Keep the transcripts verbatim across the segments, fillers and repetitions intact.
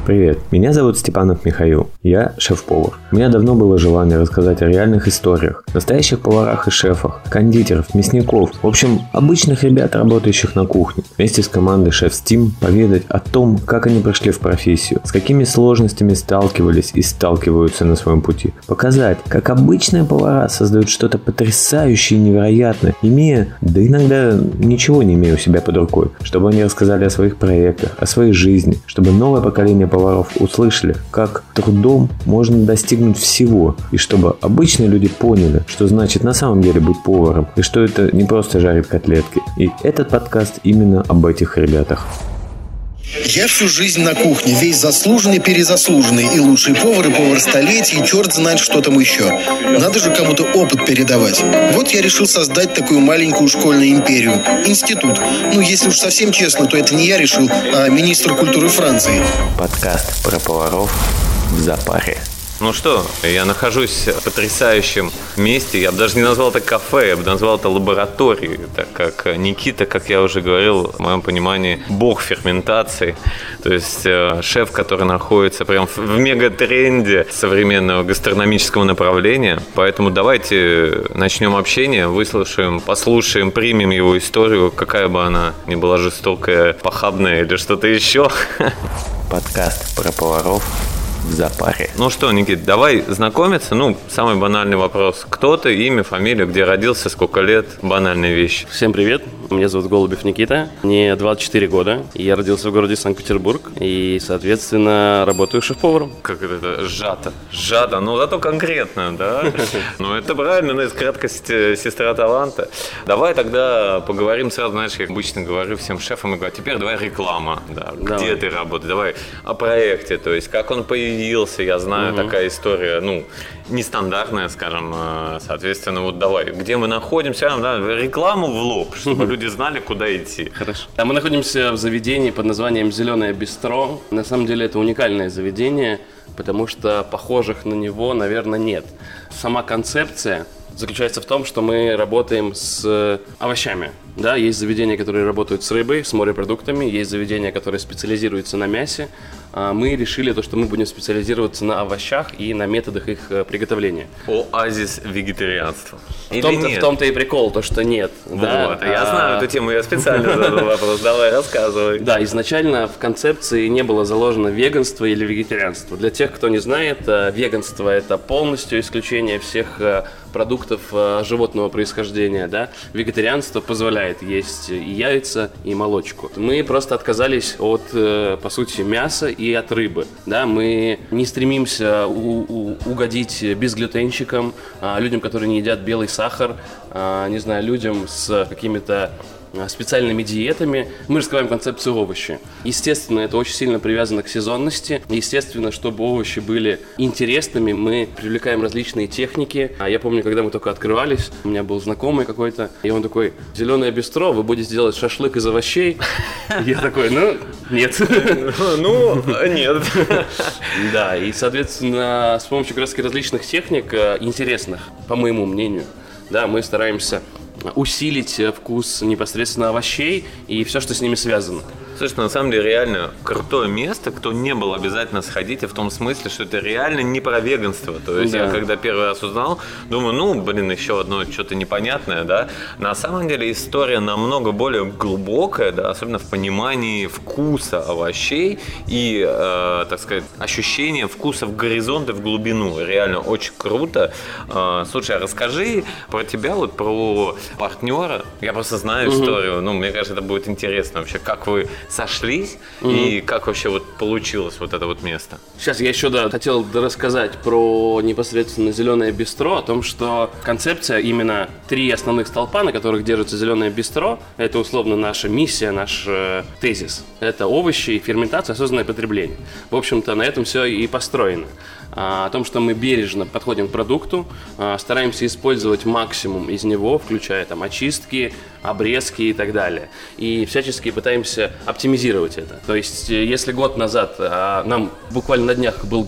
Привет, меня зовут Степанов Михаил, я шеф-повар. У меня давно было желание рассказать о реальных историях, настоящих поварах и шефах, кондитеров, мясников, в общем, обычных ребят, работающих на кухне. Вместе с командой Chef's Team поведать о том, как они пришли в профессию, с какими сложностями сталкивались и сталкиваются на своем пути. Показать, как обычные повара создают что-то потрясающее и невероятное, имея, да иногда ничего не имея у себя под рукой, чтобы они рассказали о своих проектах, о своей жизни, чтобы новое поколение поваров услышали, как трудом можно достигнуть всего, и чтобы обычные люди поняли, что значит на самом деле быть поваром, и что это не просто жарить котлетки. И этот подкаст именно об этих ребятах. Я всю жизнь на кухне, весь заслуженный, перезаслуженный, и лучший повар, и повар столетий, и черт знает, что там еще. Надо же кому-то опыт передавать. Вот я решил создать такую маленькую школьную империю. Институт. Ну, если уж совсем честно, то это не я решил, а министр культуры Франции. Подкаст про поваров в запаре. Ну что, я нахожусь в потрясающем месте, я бы даже не назвал это кафе, я бы назвал это лабораторией, так как Никита, как я уже говорил, в моем понимании, бог ферментации, то есть шеф, который находится прям в мегатренде современного гастрономического направления, поэтому давайте начнем общение, выслушаем, послушаем, примем его историю, какая бы она ни была жестокая, похабная или что-то еще. Подкаст про поваров в запаре. Ну что, Никит, давай знакомиться. Ну, самый банальный вопрос. Кто ты, имя, фамилия, где родился, сколько лет? Банальные вещи. Всем привет. Меня зовут Голубев Никита. Мне двадцать четыре года. Я родился в городе Санкт-Петербург. И, соответственно, работаю шеф-поваром. Как это сжато. Сжато, но зато конкретно, да? Ну, это правильно, но из краткости сестра таланта. Давай тогда поговорим сразу, знаешь, я обычно говорю всем шефам, и говорю, теперь давай реклама. Да, где ты работаешь? Давай о проекте, то есть как он появился, я знаю, угу. Такая история, ну, нестандартная, скажем, соответственно, вот давай, где мы находимся, да, рекламу в лоб, чтобы люди знали, куда идти. Хорошо. А мы находимся в заведении под названием «Зеленое бистро». На самом деле это уникальное заведение, потому что похожих на него, наверное, нет. Сама концепция заключается в том, что мы работаем с овощами. Да, есть заведения, которые работают с рыбой, с морепродуктами, есть заведения, которые специализируются на мясе. Мы решили то, что мы будем специализироваться на овощах и на методах их приготовления. Оазис вегетарианства. В том-то, в том-то и прикол, то, что нет. Вот, да? Я знаю эту тему, я специально задал вопрос. Давай, рассказывай. Да, изначально в концепции не было заложено веганство или вегетарианство. Для тех, кто не знает, веганство – это полностью исключение всех продуктов животного происхождения. Да? Вегетарианство позволяет есть и яйца, и молочку. Мы просто отказались от, по сути, мяса и от рыбы. Да? Мы не стремимся у- у- угодить безглютенщикам, людям, которые не едят белый сахар, не знаю, людям с какими-то специальными диетами. Мы раскрываем концепцию овощи. Естественно, это очень сильно привязано к сезонности. Естественно, чтобы овощи были интересными, мы привлекаем различные техники. Я помню, когда мы только открывались, у меня был знакомый какой-то, и он такой: «Зеленое бистро, вы будете делать шашлык из овощей?» Я такой: ну, нет. Ну, нет. Да, и, соответственно, с помощью как раз различных техник, интересных, по моему мнению, да, мы стараемся усилить вкус непосредственно овощей и все, что с ними связано. Слушай, на самом деле реально крутое место, кто не был, обязательно сходите, в том смысле, что это реально не про веганство. То есть да. Я когда первый раз узнал, думаю, ну, блин, еще одно что-то непонятное, да. На самом деле история намного более глубокая, да, особенно в понимании вкуса овощей и, э, так сказать, ощущения вкуса в горизонт и в глубину. Реально очень круто. Э, слушай, а расскажи про тебя, вот про партнера. Я просто знаю угу. историю, ну, мне кажется, это будет интересно вообще, как вы сошлись, mm-hmm. и как вообще вот получилось вот это вот место? Сейчас я еще, да, хотел рассказать про непосредственно «Зеленое бистро», о том, что концепция, именно три основных столпа, на которых держится «Зеленое бистро», это условно наша миссия, наш э, тезис. Это овощи, ферментация, осознанное потребление. В общем-то, на этом все и построено. О том, что мы бережно подходим к продукту, стараемся использовать максимум из него, включая там очистки, обрезки и так далее. И всячески пытаемся оптимизировать это. То есть, если год назад, нам буквально на днях был год,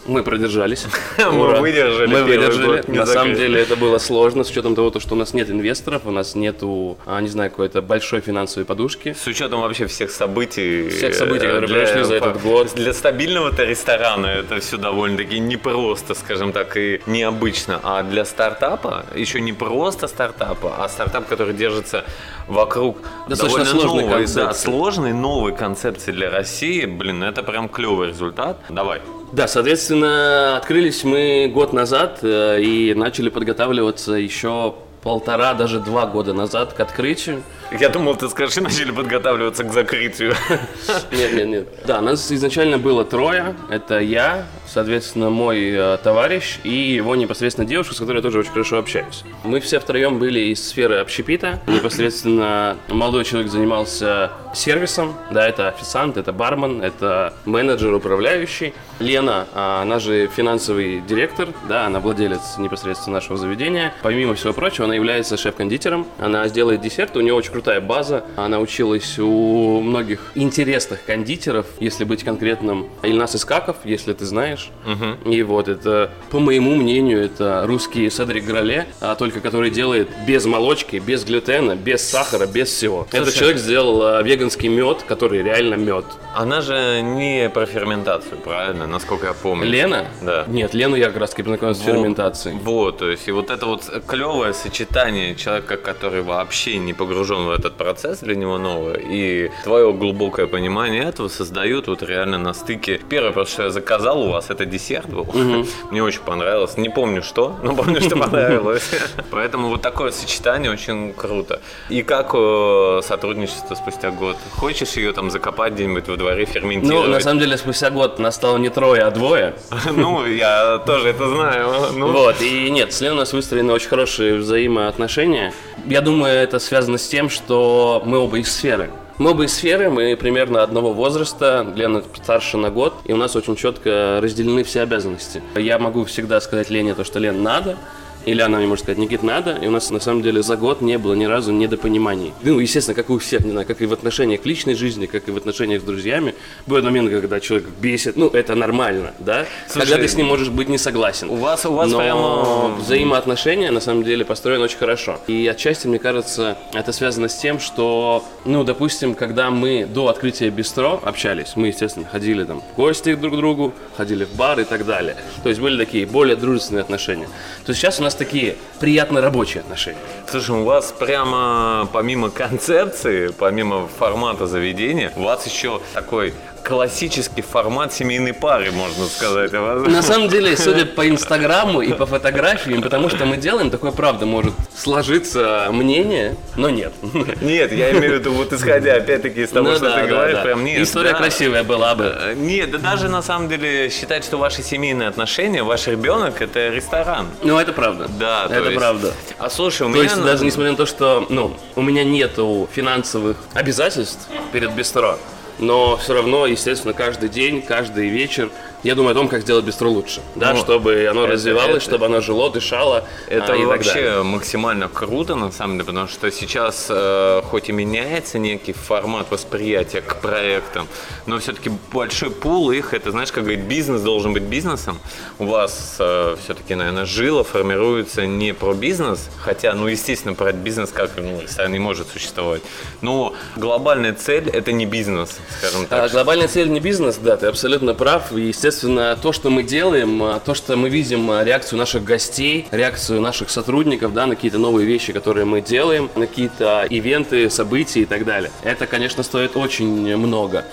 Мы продержались. Мы выдержали. Мы выдержали. На самом деле это было сложно, с учетом того, что у нас нет инвесторов, у нас нету, не знаю, какой-то большой финансовой подушки. С учетом вообще всех событий. Всех событий, которые произошли за этот год. Для стабильного-то ресторана это все довольно-таки непросто, скажем так, и необычно. А для стартапа, еще не просто стартапа, а стартап, который держится вокруг достаточно сложной новой, концепции. Да, сложной новой концепции для России, блин, это прям клевый результат. Давай. Да, соответственно, открылись мы год назад э, и начали подготавливаться еще полтора, даже два года назад к открытию. Я думал, ты скажешь, начали подготавливаться к закрытию. Нет, нет, нет. Да, нас изначально было трое. Это я, соответственно, мой э, товарищ и его непосредственно девушка, с которой я тоже очень хорошо общаюсь. Мы все втроем были из сферы общепита. Непосредственно молодой человек занимался сервисом. Да, это официант, это бармен, это менеджер, управляющий. Лена, она же финансовый директор, да, она владелец непосредственно нашего заведения. Помимо всего прочего, она является шеф-кондитером. Она сделает десерт, у нее очень крутая база. Она училась у многих интересных кондитеров, если быть конкретным. Ильнас Искаков, если ты знаешь. Угу. И вот это, по моему мнению, это русский Седрик Гроле, а только который делает без молочки, без глютена, без сахара, без всего. Слушай, этот человек сделал веганский мед, который реально мед. Она же не про ферментацию, правильно? Насколько я помню. Лена? Да. Нет, Лену я как раз познакомился с ферментацией. Вот, то есть и вот это вот клевое сочетание человека, который вообще не погружен в этот процесс, для него новое, и твое глубокое понимание этого создают вот реально на стыке. Первое, просто что я заказал у вас, это десерт был. Угу. Мне очень понравилось. Не помню что, но помню, что понравилось. Поэтому вот такое сочетание очень круто. И как сотрудничество спустя год? Хочешь ее там закопать где-нибудь во дворе, ферментировать? Ну, на самом деле, спустя год нас стало не трое, а двое. Ну, я тоже это знаю. Вот, и нет, с Леной у нас выстроены очень хорошие взаимоотношения. Я думаю, это связано с тем, что мы оба из сферы. Мы оба из сферы, мы примерно одного возраста, Лена старше на год, и у нас очень четко разделены все обязанности. Я могу всегда сказать Лене то, что Лен надо, или она мне может сказать, Никит, надо, и у нас на самом деле за год не было ни разу недопониманий. Ну, естественно, как и у всех, не знаю, как и в отношениях к личной жизни, как и в отношениях с друзьями. Бывают моменты, когда человек бесит, ну, это нормально, да? Слушай, когда ты с ним можешь быть не согласен. У вас, у вас но прямо... взаимоотношения, на самом деле, построены очень хорошо. И отчасти, мне кажется, это связано с тем, что, ну, допустим, когда мы до открытия бистро общались, мы, естественно, ходили там в гости друг к другу, ходили в бар и так далее. То есть были такие более дружественные отношения. То есть сейчас у нас такие приятно рабочие отношения. Слушай, у вас прямо помимо концепции, помимо формата заведения, у вас еще такой классический формат семейной пары, можно сказать. На самом деле, судя по инстаграму и по фотографиям, потому что мы делаем, такое правда может сложиться мнение, но нет. Нет, я имею в виду, вот исходя опять-таки из того, ну, что да, ты да, говоришь, да. прям нет. История да. красивая была бы. Нет, да даже на самом деле считать, что ваши семейные отношения, ваш ребенок — это ресторан. Ну, это правда. Да, это есть... правда. А слушай, у то меня... То есть даже несмотря на то, что, ну, у меня нету финансовых обязательств перед бистро, но все равно, естественно, каждый день, каждый вечер я думаю о том, как сделать бистро лучше, да, ну, чтобы оно это, развивалось, это, чтобы оно жило, дышало. Это а, и вообще так далее. Максимально круто, на самом деле, потому что сейчас, э, хоть и меняется некий формат восприятия к проектам, но все-таки большой пул их, это, знаешь, как говорит, бизнес должен быть бизнесом. У вас э, все-таки, наверное, жило формируется не про бизнес, хотя, ну, естественно, про бизнес как ну, не может существовать, но глобальная цель – это не бизнес, скажем так. А, глобальная цель не бизнес, да, ты абсолютно прав, и, естественно, то, что мы делаем, то, что мы видим реакцию наших гостей, реакцию наших сотрудников, да, на какие-то новые вещи, которые мы делаем, на какие-то ивенты, события и так далее. Это, конечно, стоит очень много.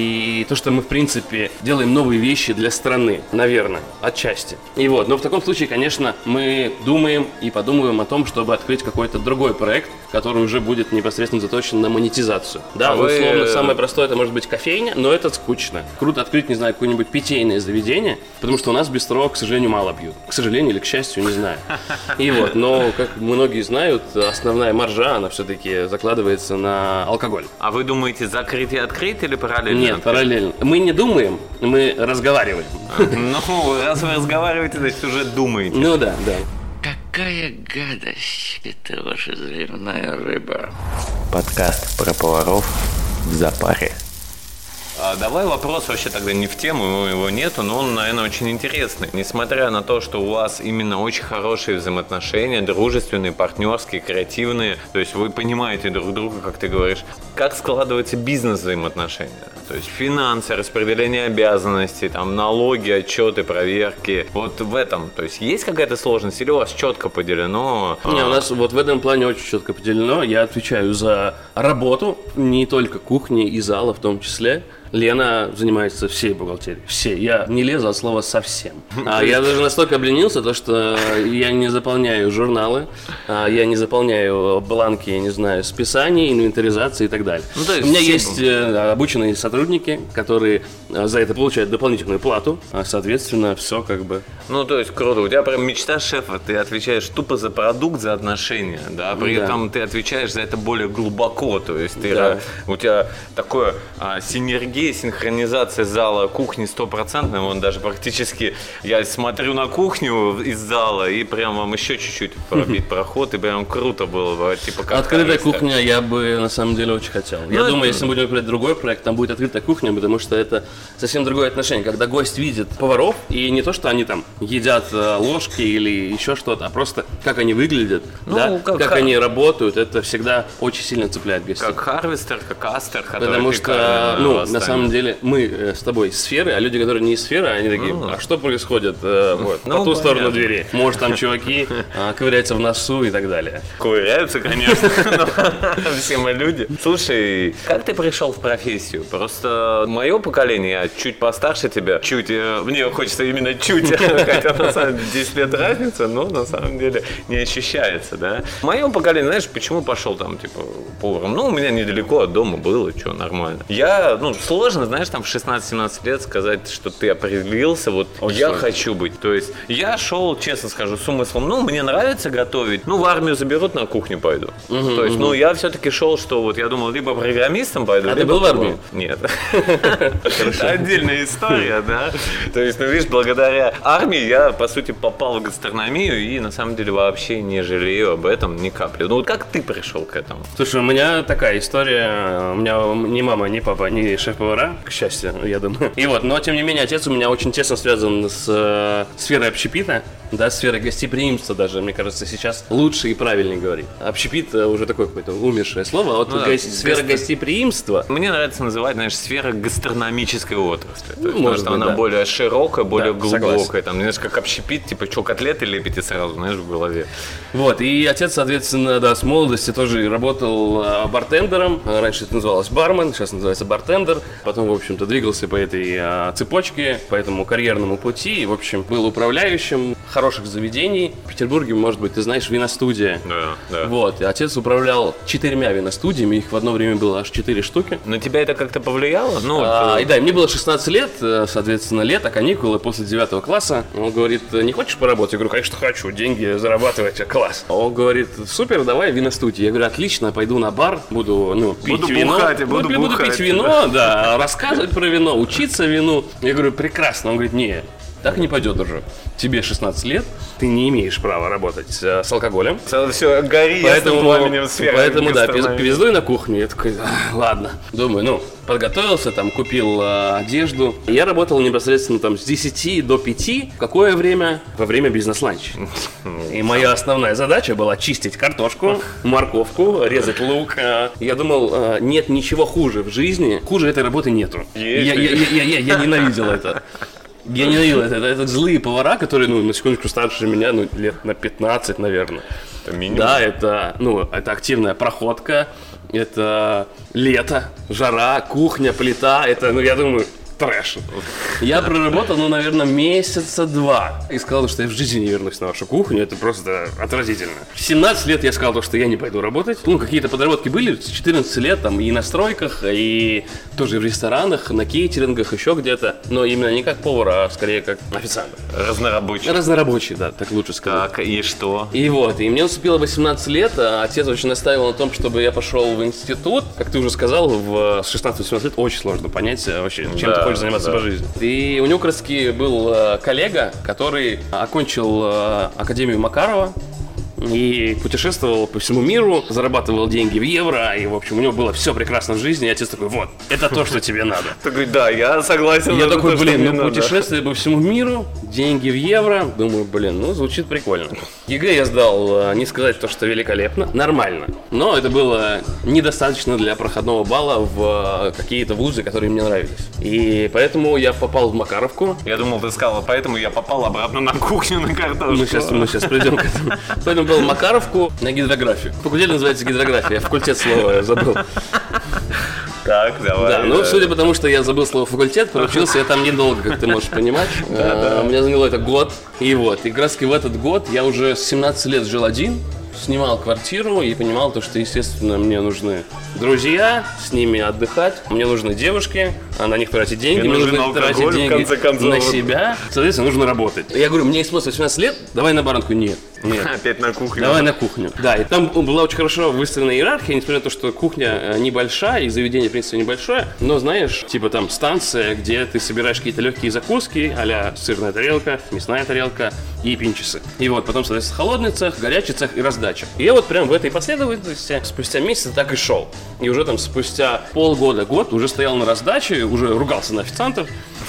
И то, что мы, в принципе, делаем новые вещи для страны, наверное, отчасти. И вот, но в таком случае, конечно, мы думаем и подумываем о том, чтобы открыть какой-то другой проект, который уже будет непосредственно заточен на монетизацию. Да, а условно, вы... самое простое, это может быть кофейня, но это скучно. Круто открыть, не знаю, какое-нибудь питейное заведение, потому что у нас в бистро, к сожалению, мало пьют. К сожалению или к счастью, не знаю. И вот, но, как многие знают, основная маржа, она все-таки закладывается на алкоголь. А вы думаете, закрыть и открыть или параллельно? Нет, параллельно. Мы не думаем, мы разговариваем. Ну, раз вы разговариваете, значит, уже думаете. Ну да, да. Какая гадость, это ваша заливная рыба. Подкаст про поваров в запаре. А давай вопрос вообще тогда не в тему, его нету, но он, наверное, очень интересный. Несмотря на то, что у вас именно очень хорошие взаимоотношения, дружественные, партнерские, креативные, то есть вы понимаете друг друга, как ты говоришь, как складывается бизнес-взаимоотношения? То есть финансы, распределение обязанностей, там, налоги, отчеты, проверки. Вот в этом, то есть есть какая-то сложность или у вас четко поделено? Не, у нас вот в этом плане очень четко поделено. Я отвечаю за работу, не только кухни и зала в том числе. Лена занимается всей бухгалтерией. Все. Я не лезу от слова совсем. А я даже настолько обленился, то, что я не заполняю журналы, я не заполняю бланки, я не знаю, списаний, инвентаризации и так далее. Ну, есть у меня есть обученные сотрудники, которые за это получают дополнительную плату, а, соответственно, все как бы... Ну, то есть круто. У тебя прям мечта шефа. Ты отвечаешь тупо за продукт, за отношения, да, при да. этом ты отвечаешь за это более глубоко. То есть ты, да. у тебя такое а, синергия, синхронизация зала, кухни стопроцентная. Вон даже практически я смотрю на кухню из зала и прям вам еще чуть-чуть пробить проход, и прям круто было бы. Типа как открытая кухня я бы на самом деле очень хотел. Ну, я это... думаю, если мы будем говорить другой проект, там будет открытая кухня, потому что это совсем другое отношение. Когда гость видит поваров, и не то, что они там едят ложки или еще что-то, а просто как они выглядят, ну, да, как, как хар... они работают, это всегда очень сильно цепляет гостей. Как харвестер, как астер, потому что, ну, на самом деле, мы с тобой из сферы, а люди, которые не из сферы, они такие, а что происходит вот, ну, по ту понятно. Сторону двери? Может, там чуваки а, ковыряются в носу и так далее. Ковыряются, конечно, все мы люди. Слушай, как ты пришел в профессию? Просто мое поколение, я чуть постарше тебя, чуть, мне хочется именно чуть, хотя на самом деле десять лет разница, но на самом деле не ощущается, да. Мое поколение, знаешь, почему пошел там, типа, поваром? Ну, у меня недалеко от дома было, что, нормально. Я, ну, сложно, знаешь, там в шестнадцать-семнадцать лет сказать, что ты определился, вот очень я сложно. Хочу быть. То есть я шел, честно скажу, с умыслом, ну, мне нравится готовить, ну, в армию заберут, на кухню пойду. Угу, то есть, угу. ну, я все-таки шел, что вот я думал, либо программистом пойду, а либо... ты был в армии? Нет. Отдельная история, да. То есть, ну, видишь, благодаря армии я, по сути, попал в гастрономию и, на самом деле, вообще не жалею об этом ни капли. Ну, вот как ты пришел к этому? Слушай, у меня такая история, у меня ни мама, ни папа, ни шеф-повара, к счастью, я думаю. И вот, но, тем не менее, отец у меня очень тесно связан с э, сферой общепита, да, сферой гостеприимства даже, мне кажется, сейчас лучше и правильнее говорить. Общепит уже такое какое-то умершее слово, а вот ну, го- сфера гостер... гостеприимства... Мне нравится называть, знаешь, сфера гастрономической отрасли. То есть, ну, потому что быть, она да. более широкая, более да, глубокая. Согласен. Там, знаешь, как общепит, типа, что, котлеты лепите сразу, знаешь, в голове. Вот, и отец, соответственно, да, с молодости тоже работал а, бартендером. Раньше это называлось бармен, сейчас называется бартендер. Потом, в общем-то, двигался по этой а, цепочке, по этому карьерному пути. И, в общем, был управляющим хороших заведений. В Петербурге, может быть, ты знаешь, виностудия. Да, да. Вот, и отец управлял четырьмя виностудиями, их в одно время было аж четыре штуки. На тебя это как-то повлияло? Ну, а, ты... И да, мне было шестнадцать лет, соответственно, лето, каникулы после девятого класса. Он говорит, не хочешь поработать? Я говорю, конечно, хочу, деньги зарабатывать, класс. Он говорит, супер, давай виностудия. Я говорю, отлично, пойду на бар, буду, ну, пить буду вино. Бухать, буду, буду, буду пить вино, да, рассказывать про вино, учиться вину. Я говорю, прекрасно. Он говорит, не, так не пойдет, дружок. Тебе шестнадцать лет, ты не имеешь права работать э, с алкоголем. Все, гори ясным пламенем сферы. Поэтому, да, переездуй на кухню. Я такой, а, ладно. Думаю, ну, подготовился, там, купил э, одежду. Я работал непосредственно там с десяти до пяти. В какое время? Во время бизнес-ланча. И моя основная задача была чистить картошку, морковку, резать лук. Я думал, нет ничего хуже в жизни. Хуже этой работы нету. Я, я, я, я, я, я ненавидел это. Я ненавидел это. Это, это злые повара, которые, ну, на секундочку старше меня, ну, лет на пятнадцать, наверное. Это минимум. Да, это, ну, это активная проходка, это лето, жара, кухня, плита. Это, ну, я думаю, трэш. Я проработал, ну, наверное, месяца два. И сказал, что я в жизни не вернусь на вашу кухню. Это просто отвратительно. В семнадцать лет я сказал, что я не пойду работать. Ну, какие-то подработки были с четырнадцати лет, там, и на стройках, и тоже в ресторанах, на кейтерингах, еще где-то. Но именно не как повар, а скорее как официант. Разнорабочий. Разнорабочий, да, так лучше сказать. Так, и что? И вот, и мне наступило восемнадцать лет, а отец очень настаивал на том, чтобы я пошел в институт. Как ты уже сказал, в шестнадцать-восемнадцать лет очень сложно понять вообще, чем да. ты хочешь заниматься да. по жизни. И у него как раз таки был коллега, который окончил Академию Макарова. и путешествовал по всему миру, зарабатывал деньги в евро, и, в общем, у него было все прекрасно в жизни, и отец такой, вот, это то, что тебе надо. Такой, да, я согласен. Я такой, блин, ну путешествие по всему миру, деньги в евро, думаю, блин, ну звучит прикольно. ЕГЭ я сдал, не сказать то, что великолепно, нормально, но это было недостаточно для проходного балла в какие-то вузы, которые мне нравились. И поэтому я попал в Макаровку. Я думал, ты сказал, поэтому я попал обратно на кухню на картошку. Мы сейчас, мы сейчас придем к этому. Поэтому был в Макаровку на гидрографию. Факультет называется гидрография, я факультет слова забыл. Так, давай. Да, ну, судя по тому, что я забыл слово факультет, проучился я там недолго, как ты можешь понимать. У меня заняло это год. И вот, и как раз в этот год я уже с семнадцати лет жил один, снимал квартиру и понимал то, что, естественно, мне нужны друзья, с ними отдыхать, мне нужны девушки, а на них тратить деньги, мне, мне нужно тратить алкоголь, деньги на себя, соответственно, нужно работать. Я говорю, мне есть восемнадцать лет, давай на баранку. Нет. Нет. Опять на кухню. Давай на кухню. Да, и там была очень хорошо выстроена иерархия, несмотря на то, что кухня небольшая, и заведение, в принципе, небольшое, но, знаешь, типа там станция, где ты собираешь какие-то легкие закуски, а-ля сырная тарелка, мясная тарелка и пинчесы. И вот потом, соответственно, холодный цех, горячий цех и раздача. И я вот прям в этой последовательности спустя месяц так и шел. И уже там спустя полгода, год уже стоял на раздаче, уже ругался на официантов.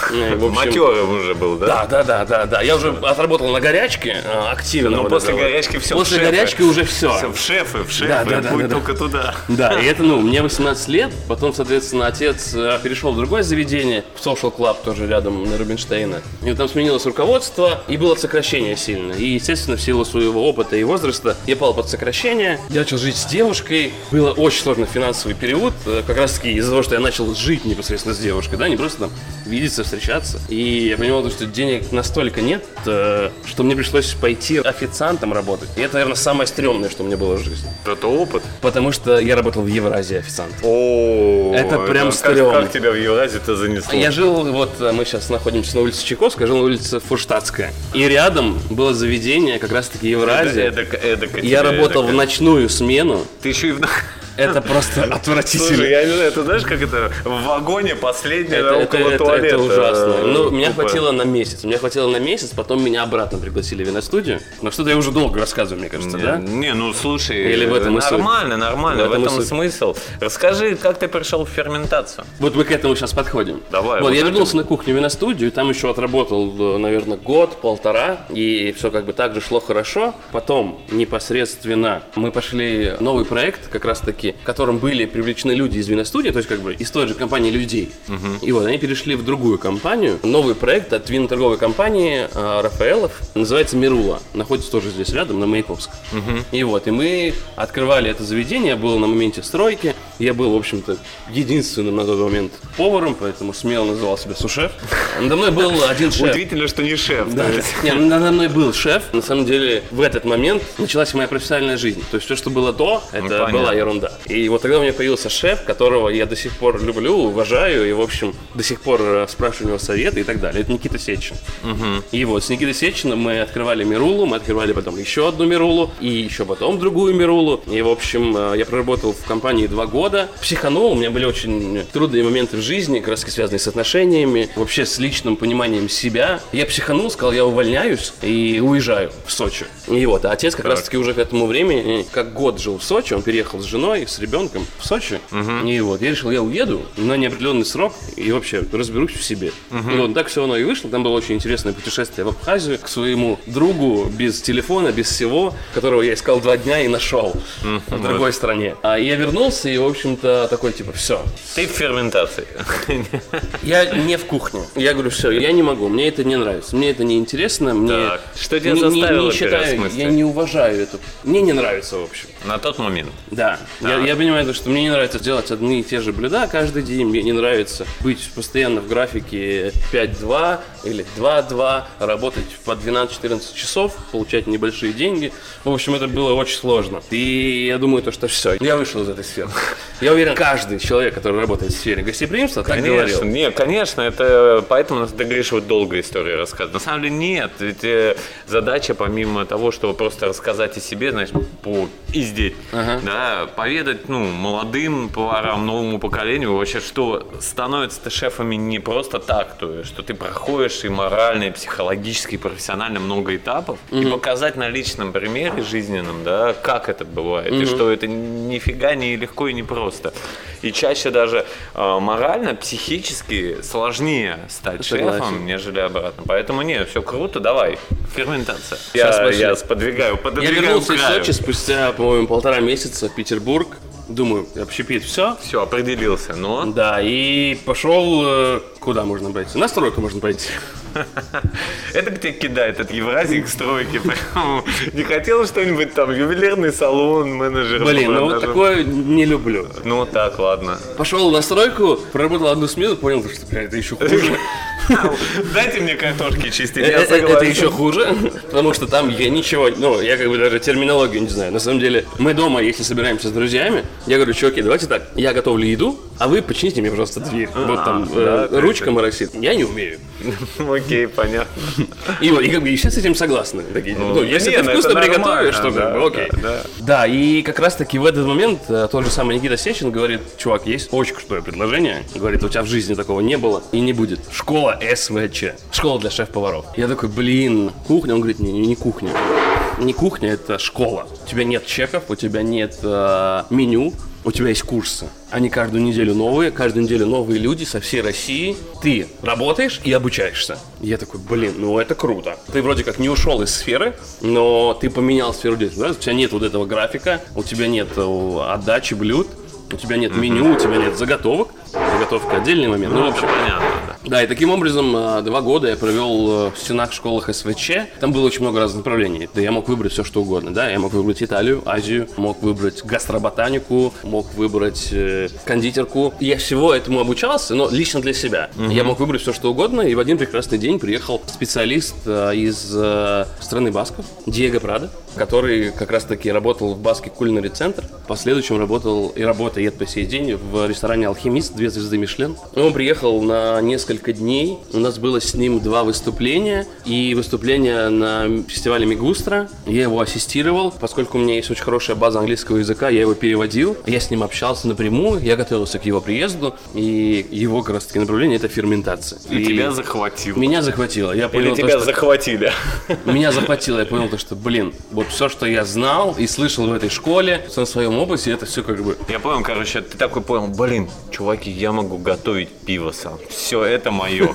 Матерым уже был, да? Да, да, да, да, да. Я уже отработал на горячке активно. Но после горячки все После горячки уже все. Все в шефы, в шефы, да, да, да, путь да, только да. туда. Да, и это, ну, мне восемнадцать лет, потом, соответственно, отец перешел в другое заведение, в Social Club, тоже рядом на Рубинштейна. И там сменилось руководство, и было сокращение сильно. И, естественно, в силу своего опыта и возраста я попал под сокращение. Я начал жить с девушкой. Было очень сложный финансовый период, как раз таки из-за того, что я начал жить непосредственно с девушкой, да, не просто там видеться, встречаться. И я понимал, что денег настолько нет, что мне пришлось пойти официантом работать. И это, наверное, самое стрёмное, что у меня было в жизни. Это опыт? Потому что я работал в Евразии официантом. О, это прям стрёмно. Как тебя в Евразии-то занесло? Я жил, вот мы сейчас находимся на улице Чайковская, жил на улице Фурштадтская. И рядом было заведение, как раз-таки Евразия. Эдак, эдак, я работал эдак. в ночную смену. Ты еще и в... Это просто отвратительно. Слушай, я не знаю, ты знаешь, как это в вагоне последнее это, около это, туалета. Это, это ужасно. Ну, меня хватило на месяц. Меня хватило на месяц, потом меня обратно пригласили в виностудию. Но что-то я уже долго рассказываю, мне кажется, не, да? Не, ну слушай, или в этом нормально, нормально, в этом, в этом и смысл. Расскажи, как ты пришел в ферментацию. Вот мы к этому сейчас подходим. Давай. Вот, вот я это. вернулся на кухню в виностудию, там еще отработал, наверное, год, полтора, и все как бы так же шло хорошо. Потом непосредственно мы пошли в новый проект, как раз таки, в котором были привлечены люди из виностудии, то есть как бы из той же компании людей. Uh-huh. И вот они перешли в другую компанию. Новый проект от виноторговой компании э, Рафаэлов, называется Мирула. Находится тоже здесь рядом, на Маяковском. Uh-huh. И вот, и мы открывали это заведение, я был на моменте стройки. Я был, в общем-то, единственным на тот момент поваром, поэтому смело называл себя сушеф. Надо мной был один шеф. Удивительно, что не шеф. Да, не, надо мной был шеф. На самом деле, в этот момент началась моя профессиональная жизнь. То есть все, что было до, это ну, была ерунда. И вот тогда у меня появился шеф, которого я до сих пор люблю, уважаю, и, в общем, до сих пор спрашиваю у него советы и так далее. Это Никита Сечин. Угу. И вот с Никитой Сечиным мы открывали Мирулу, мы открывали потом еще одну Мирулу, и еще потом другую Мирулу. И, в общем, я проработал в компании два года. Психанул, у меня были очень трудные моменты в жизни, как раз связанные с отношениями, вообще с личным пониманием себя. Я психанул, сказал, я увольняюсь и уезжаю в Сочи. И вот, а отец как так. раз таки уже к этому времени, как год жил в Сочи, он переехал с женой, с ребенком в Сочи. Угу. И вот, я решил, я уеду на неопределенный срок и вообще разберусь в себе. Угу. И вот так все оно и вышло. Там было очень интересное путешествие в Абхазию к своему другу без телефона, без всего, которого я искал два дня и нашел угу. в другой стране. А я вернулся и, в общем-то, такой, типа, все. Ты в ферментации. Я не в кухне. Я говорю, все, я не могу, мне это не нравится, мне это не интересно, мне... Так, что тебя не, заставило не, не считаю, я не уважаю это. Мне не нравится, в общем. На тот момент? Да. Я, я понимаю, что мне не нравится делать одни и те же блюда каждый день, мне не нравится быть постоянно в графике пять-два или два-два, работать по двенадцать-четырнадцать часов, получать небольшие деньги. В общем, это было очень сложно. И я думаю, то, что все, я вышел из этой сферы. Я уверен, каждый человек, который работает в сфере гостеприимства, так конечно, говорил. Нет, конечно, это поэтому ты говоришь, вот долгая история рассказывать. На самом деле нет, ведь задача, помимо того, чтобы просто рассказать о себе, знаешь, по спиздить, ага. да, поведать, ну, молодым поварам, новому поколению вообще, что становятся-то шефами не просто так, то есть, что ты проходишь и морально, и психологически, и профессионально много этапов, угу. и показать на личном примере жизненном, да, как это бывает, угу. и что это нифига не легко и не просто. И чаще даже э, морально, психически сложнее стать Согласен. шефом, нежели обратно. Поэтому нет, все круто, давай, ферментация. Я, я сподвигаю, пододвигаю Я вернулся из Сочи спустя, по-моему, полтора месяца в Петербург. Думаю, общепит, все. Все, определился, но... Да, и пошел, куда можно пойти? На стройку можно пойти. Это где кидает от Евразии к стройке. Не хотел что-нибудь там, ювелирный салон, менеджер? Блин, ну вот такое не люблю. Ну так, ладно. Пошел на стройку, проработал одну смену, понял, что это еще хуже. Дайте мне картошки чистить, я согласен. Это еще хуже, потому что там я ничего, ну, я как бы даже терминологию не знаю. На самом деле, мы дома, если собираемся с друзьями, я говорю, чуваки, давайте так, я готовлю еду, а вы почините мне, пожалуйста, дверь. Вот там ручка моросит. Я не умею. Окей, понятно. И вот, и как бы и все с этим согласны. Ну, если ты вкусно приготовишь, то как бы окей. Да, и как раз таки в этот момент тот же самый Никита Сечин говорит, чувак, есть очень крутое предложение. Говорит, у тебя в жизни такого не было и не будет. Школа эс вэ че. Школа для шеф-поваров. Я такой, блин, кухня? Он говорит, не, не, не кухня. Не кухня, это школа. У тебя нет чеков, у тебя нет э, меню, у тебя есть курсы. Они каждую неделю новые, каждую неделю новые люди со всей России. Ты работаешь и обучаешься. Я такой, блин, ну это круто. Ты вроде как не ушел из сферы, но ты поменял сферу деятельности. Да? У тебя нет вот этого графика, у тебя нет отдачи блюд, у тебя нет меню, у тебя нет заготовок. Заготовка отдельный момент. Ну, в общем, понятно. Да. Да, и таким образом два года я провел в стенах школах эс вэ че. Там было очень много разных направлений. Да, я мог выбрать все, что угодно. Да, я мог выбрать Италию, Азию, мог выбрать гастроботанику, мог выбрать э, кондитерку. Я всего этому обучался, но лично для себя. Угу. Я мог выбрать все, что угодно. И в один прекрасный день приехал специалист э, из э, страны басков, Диего Прадо, который как раз-таки работал в Баске Кулинари Центр. В последующем работал и работает по сей день в ресторане «Алхимист», две звезды Мишлен. Он приехал на несколько дней. У нас было с ним два выступления. И выступление на фестивале Мигустра. Я его ассистировал. Поскольку у меня есть очень хорошая база английского языка, я его переводил. Я с ним общался напрямую. Я готовился к его приезду. И его как раз-таки направление — это ферментация. И, и тебя захватило. Меня захватило. Я понял, Или то, тебя что... захватили. Меня захватило. Я понял, то, что, блин, вот все, что я знал и слышал в этой школе, в своем опыте, это все как бы... Я понял, короче, ты такой понял, блин, чуваки, я могу готовить пиво сам. Все, это мое.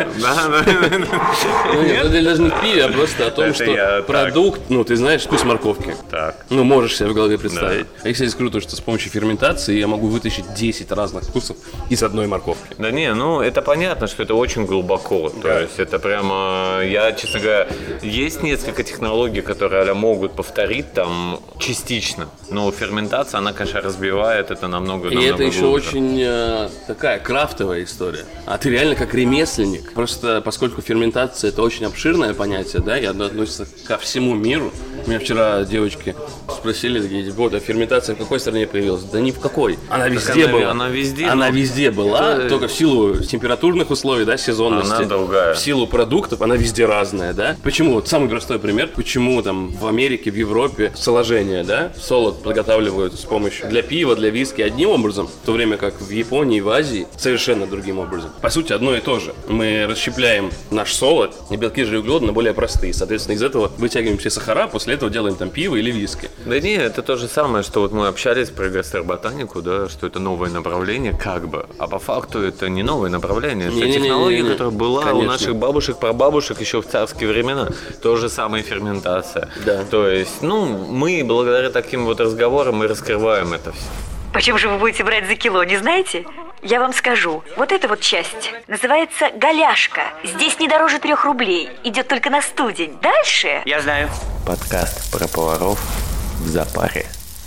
Нет, даже не пиво, а просто о том, что продукт, ну, ты знаешь вкус морковки. Так. Ну, можешь себе в голове представить. И, кстати, круто, что с помощью ферментации я могу вытащить десять разных вкусов из одной морковки. Да не, ну, это понятно, что это очень глубоко. То есть это прямо, я, честно говоря, есть несколько технологий, которые могут повторить там частично, но ферментация, она, конечно, разбивает это намного, намного И это еще глубже. очень э, такая крафтовая история. А ты реально как ремесленник. Просто поскольку ферментация — это очень обширное понятие, да, и оно относится ко всему миру. Меня вчера девочки спросили, такие, вот, а ферментация в какой стране появилась? Да ни в какой. Она везде она, была. Она везде. Она но... везде была, это... только в силу температурных условий, да, сезонности. Она другая. В силу продуктов она везде разная, да. Почему? Вот самый простой пример. Почему там в Америке, в Европе соложение, да, солод подготавливают с помощью для пива, для виски одним образом, в то время как в Японии, в Азии совершенно другим образом. По сути, одно и то же. Мы расщепляем наш солод, и белки, жиры и углеводы на более простые. Соответственно, из этого вытягиваем все сахара, после этого делаем там пиво или виски. Да не, это то же самое, что вот мы общались про гастроботанику, да, что это новое направление, как бы. А по факту это не новое направление, это технология, которая была Конечно. у наших бабушек, прабабушек еще в царские времена. То же самое ферментация. Да. То есть, ну, мы благодаря таким вот разговорам мы раскрываем это все. Почем же вы будете брать за кило, не знаете? Я вам скажу, вот эта вот часть называется голяшка. Здесь не дороже трех рублей, идет только на студень. Дальше... Я знаю. Подкаст про поваров в запаре.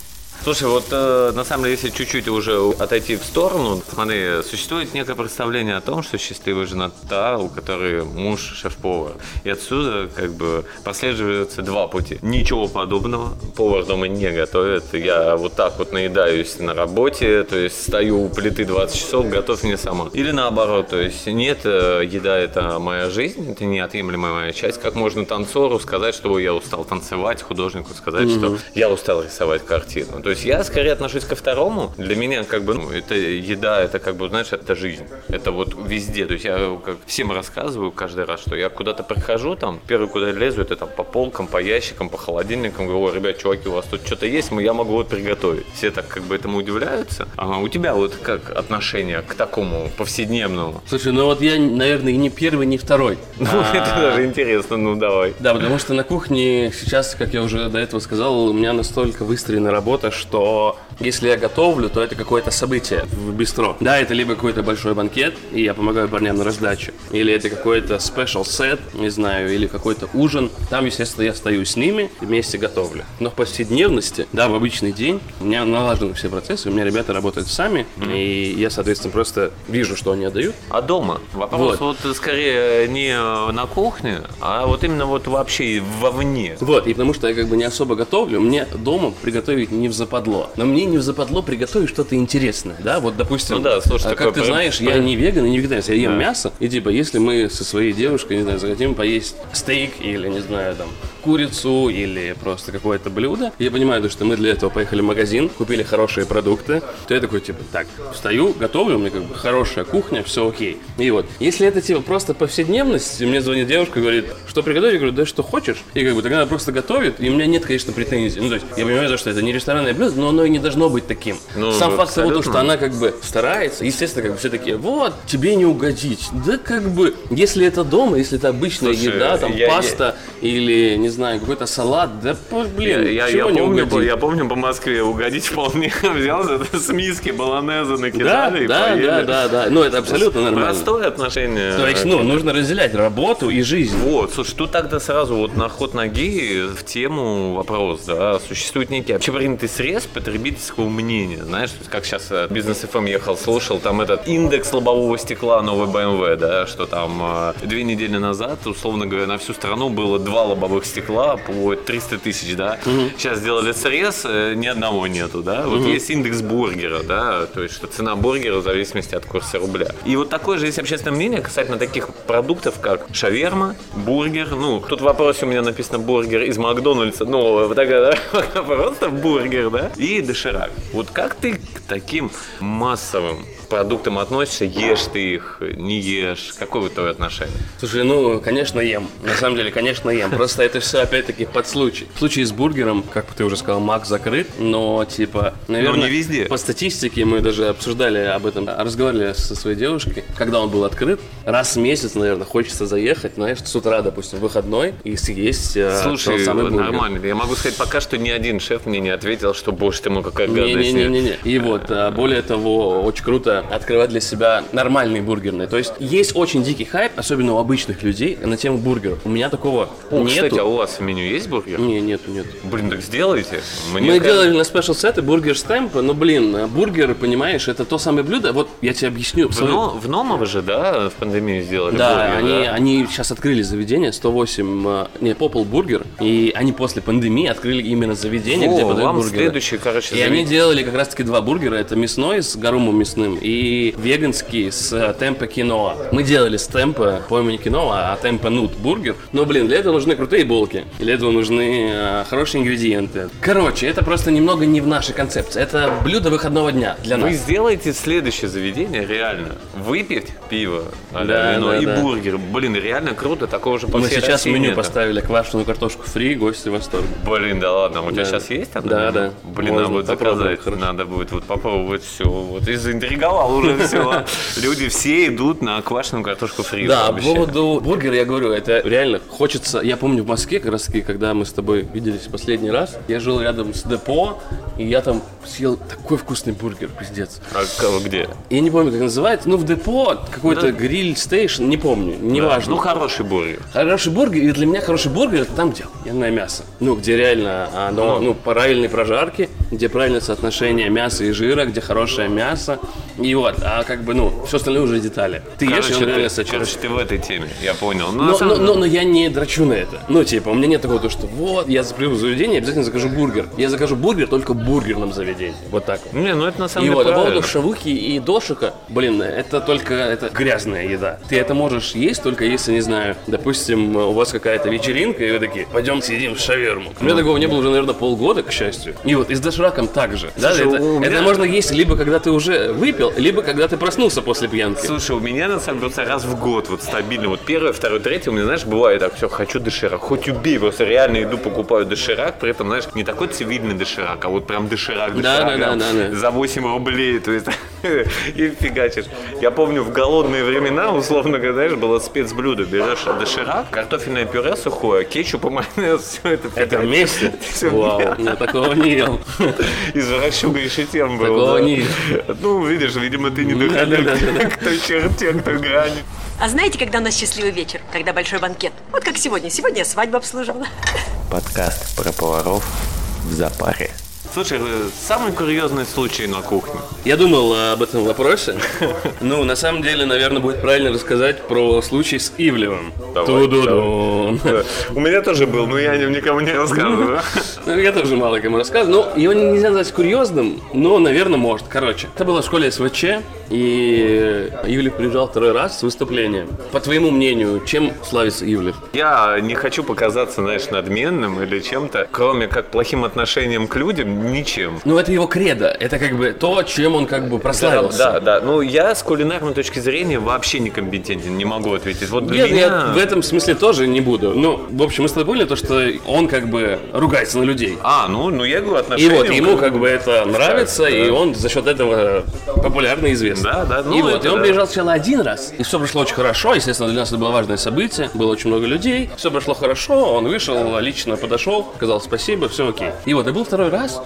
Слушай, вот э, на самом деле, если чуть-чуть уже отойти в сторону, смотри, существует некое представление о том, что счастливая жена та, у которой муж шеф-повар. И отсюда как бы прослеживаются два пути. Ничего подобного. Повар дома не готовит. Я вот так вот наедаюсь на работе, то есть стою у плиты двадцать часов, готовь мне сама. Или наоборот, то есть нет, еда — это моя жизнь, это неотъемлемая моя часть. Как можно танцору сказать, что я устал танцевать, художнику сказать, mm-hmm. что я устал рисовать картину. То есть я скорее отношусь ко второму. Для меня как бы, ну, это еда, это как бы, знаешь, это жизнь. Это вот везде. То есть я как всем рассказываю каждый раз, что я куда-то прихожу, там, первый, куда лезу, это там по полкам, по ящикам, по холодильникам. Говорю: ребят, чуваки, у вас тут что-то есть, я могу вот приготовить. Все так как бы этому удивляются. А у тебя вот как отношение к такому повседневному? Слушай, ну вот я, наверное, и не первый, не второй. Ну, это даже интересно, ну давай. Да, потому что на кухне сейчас, как я уже до этого сказал, у меня настолько выстроена работа, что если я готовлю, то это какое-то событие в бистро. Да, это либо какой-то большой банкет, и я помогаю парням на раздаче, или это какой-то special set, не знаю, или какой-то ужин. Там, естественно, я стою с ними, вместе готовлю. Но в повседневности, да, в обычный день у меня налажены все процессы, у меня ребята работают сами, mm-hmm. и я, соответственно, просто вижу, что они отдают. А дома? Вопрос вот, вот скорее не на кухне, а вот именно вот вообще вовне. Вот, и потому что я как бы не особо готовлю, мне дома приготовить не взападло. Но мне не взападло приготовить что-то интересное, да, вот, допустим, ну да, слушай, как ты знаешь, про... я не веган и не вегетарианец, я ем да. мясо, и типа, если мы со своей девушкой, не знаю, захотим поесть стейк или, не знаю, там, курицу или просто какое-то блюдо, я понимаю, что мы для этого поехали в магазин, купили хорошие продукты, то я такой, типа, так, встаю, готовлю, у меня как бы хорошая кухня, все окей. И вот, если это, типа, просто повседневность, мне звонит девушка и говорит, что приготовить, я говорю, да что хочешь, и как бы тогда она просто готовит, и у меня нет, конечно, претензий. Ну, то есть, я понимаю, что это не ресторанное блюдо, но оно и не должно быть таким. Ну, сам факт того, что она как бы старается, естественно, как бы все такие, вот, тебе не угодить. Да как бы, если это дома, если это обычная Слушай, еда, там, я, паста я... или, не знаю, какой-то салат, да, блин, я, чего я, не помню, угодить? Я помню по Москве угодить вполне взял с миски баланеза накидали да, и да, да, да, да, ну, это абсолютно нормально. Простое отношение. То есть, ну, нужно разделять работу и жизнь. Вот, слушай, тут тогда сразу вот на ход ноги в тему вопрос, да, существует некий общепринятый срез потребительского мнения, знаешь, как сейчас Бизнес эф эм ехал, слушал, там этот индекс лобового стекла новой бэ эм вэ, да, что там две недели назад, условно говоря, на всю страну было два лобовых стекла по триста тысяч, да, угу. Сейчас сделали срез, ни одного нету, да, вот угу. есть индекс бургера, да, то есть что цена бургера в зависимости от курса рубля. И вот такое же есть общественное мнение касательно таких продуктов, как шаверма, бургер, ну, тут в вопросе у меня написано бургер из Макдональдса, ну, такая, да, просто бургер, да, и доширак. Вот как ты к таким массовым продуктам относишься, ешь ты их, не ешь, какое вот твое отношение? Слушай, ну, конечно, ем, на самом деле, конечно, ем, просто это все опять-таки под случай. В случае с бургером, как ты уже сказал, Мак закрыт, но, типа, наверное, но не везде. По статистике мы даже обсуждали об этом, разговаривали со своей девушкой, когда он был открыт, раз в месяц, наверное, хочется заехать, знаешь, с утра, допустим, выходной и съесть Слушай, тот самый бургер. Нормально, я могу сказать, пока что ни один шеф мне не ответил, что, боже ты мой, какая гадость. Не-не-не, и вот, более того, очень круто открывать для себя нормальные бургерные. То есть есть очень дикий хайп, особенно у обычных людей, на тему бургеров. У меня такого О, нету. Кстати, а у вас в меню есть бургер? Не, нету, нету. Блин, так сделайте. Мне Мы кажется... делали на спешл сеты бургер стемп, но, блин, бургер, понимаешь, это то самое блюдо. Вот я тебе объясню. В, но, в Номово же, да, в пандемию сделали да, бургер, они, да? они сейчас открыли заведение сто восемь, не, Popl бургер, и они после пандемии открыли именно заведение, О, где подают вам бургеры. следующий, короче, И заведение. Они делали как раз-таки два бургера, это мясной с гарумом мясным и веганский с темпо киноа. Мы делали с темпо по имени киноа, а темпо нут бургер. Но, блин, для этого нужны крутые булки. Для этого нужны э, хорошие ингредиенты. Короче, это просто немного не в нашей концепции. Это блюдо выходного дня для нас. Вы сделаете следующее заведение, реально. Выпить пиво, да, вино да, и да. бургер. Блин, реально круто, такого же по Мы всей сейчас России в меню нет. Поставили квашеную картошку фри, гости в восторге. Блин, да ладно, у тебя да. сейчас есть одно? Да, да. Блин, можно надо будет заказать, надо будет вот попробовать все. Вот и заинтриговал уже все. Люди все идут на квашеную картошку фри. Да, по поводу бургера я говорю, это реально хочется. Я помню в Москве, как раз таки, когда мы с тобой виделись в последний раз, я жил рядом с депо, и я там съел такой вкусный бургер, пиздец. А где? Я не помню, как называется, ну в депо какой-то да. гриль стейшн, не помню, неважно. Да. Ну хороший бургер. Хороший бургер, и для меня хороший бургер это там, где охуенное мясо. Ну, где реально оно, ну, правильной прожарки, где правильное соотношение мяса и жира, где хорошее мясо. И вот, а как бы, ну, все остальное уже детали. Ты короче, ешь, и он реально ты, сочится. короче, ты в этой теме, я понял. Но, но, самом... но, но я не дрочу на это. Ну, типа, у меня нет такого, что вот, я приду в заведение, обязательно закажу бургер. Я закажу бургер только в бургерном заведении. Вот так вот. Не, ну это на самом и деле вот, правильно. по поводу шавухи и дошика, блин, это только это грязная еда. Ты это можешь есть только если, не знаю, допустим, у вас какая-то вечеринка, и вы такие, пойдем съедим шаверму. У меня такого не было уже, наверное, полгода, к счастью. И вот, и с дошираком так же. Да, Слушай, это, меня... это можно есть либо когда ты уже выпил, либо когда ты проснулся после пьянки. Слушай, у меня на самом деле раз в год вот стабильно. Вот первое, второе, третье, у меня, знаешь, бывает так, все, хочу доширак. Хоть убей, просто реально иду покупаю доширак, при этом, знаешь, не такой цивильный доширак, а вот прям доширак, доширак. Да, да, да, да, да. За восемь рублей, то есть, и фигачишь. Я помню, в голодные времена, условно говоря, знаешь, было спецблюдо. Берешь доширак, картофельное пюре сухое, кетчуп и майонез, все это. Это вместе? Вау, я такого не ел. Извращугающая тема была. Такого не ел. Ну, видишь, видимо, ты не доходил к той черте, к той грани. А знаете, когда у нас счастливый вечер? Когда большой банкет. Вот как сегодня. Сегодня я свадьбу обслуживала. Подкаст про поваров в запаре. Слушай, самый курьезный случай на кухне. Я думал об этом вопросе. Ну, на самом деле, наверное, будет правильно рассказать про случай с Ивлевым. Ту-ду-ду. У меня тоже был, но я никому не рассказываю. Я тоже мало кому рассказываю. Ну, его нельзя назвать курьезным, но, наверное, может. Короче, это было в школе СВЧ, и Ивлев приезжал второй раз с выступлением. По твоему мнению, чем славится Ивлев? Я не хочу показаться, знаешь, надменным или чем-то, кроме как плохим отношением к людям, ничем. Ну, это его кредо. Это как бы то, чем он как бы прославился. Да, да, да. Ну, я с кулинарной точки зрения вообще некомпетентен, не могу ответить. Вот для Нет, меня... я в этом смысле тоже не буду. Ну, в общем, мы с тобой поняли то, что он как бы ругается на людей. А, ну, ну я говорю, отношения... И вот, ему как бы это нравится, да. И он за счет этого популярно и известен. Да, да. Ну, и вот, и он да. приезжал сначала один раз, и все прошло очень хорошо. Естественно, для нас это было важное событие, было очень много людей. Все прошло хорошо, он вышел, лично подошел, сказал спасибо, все окей. И вот, и был второй раз,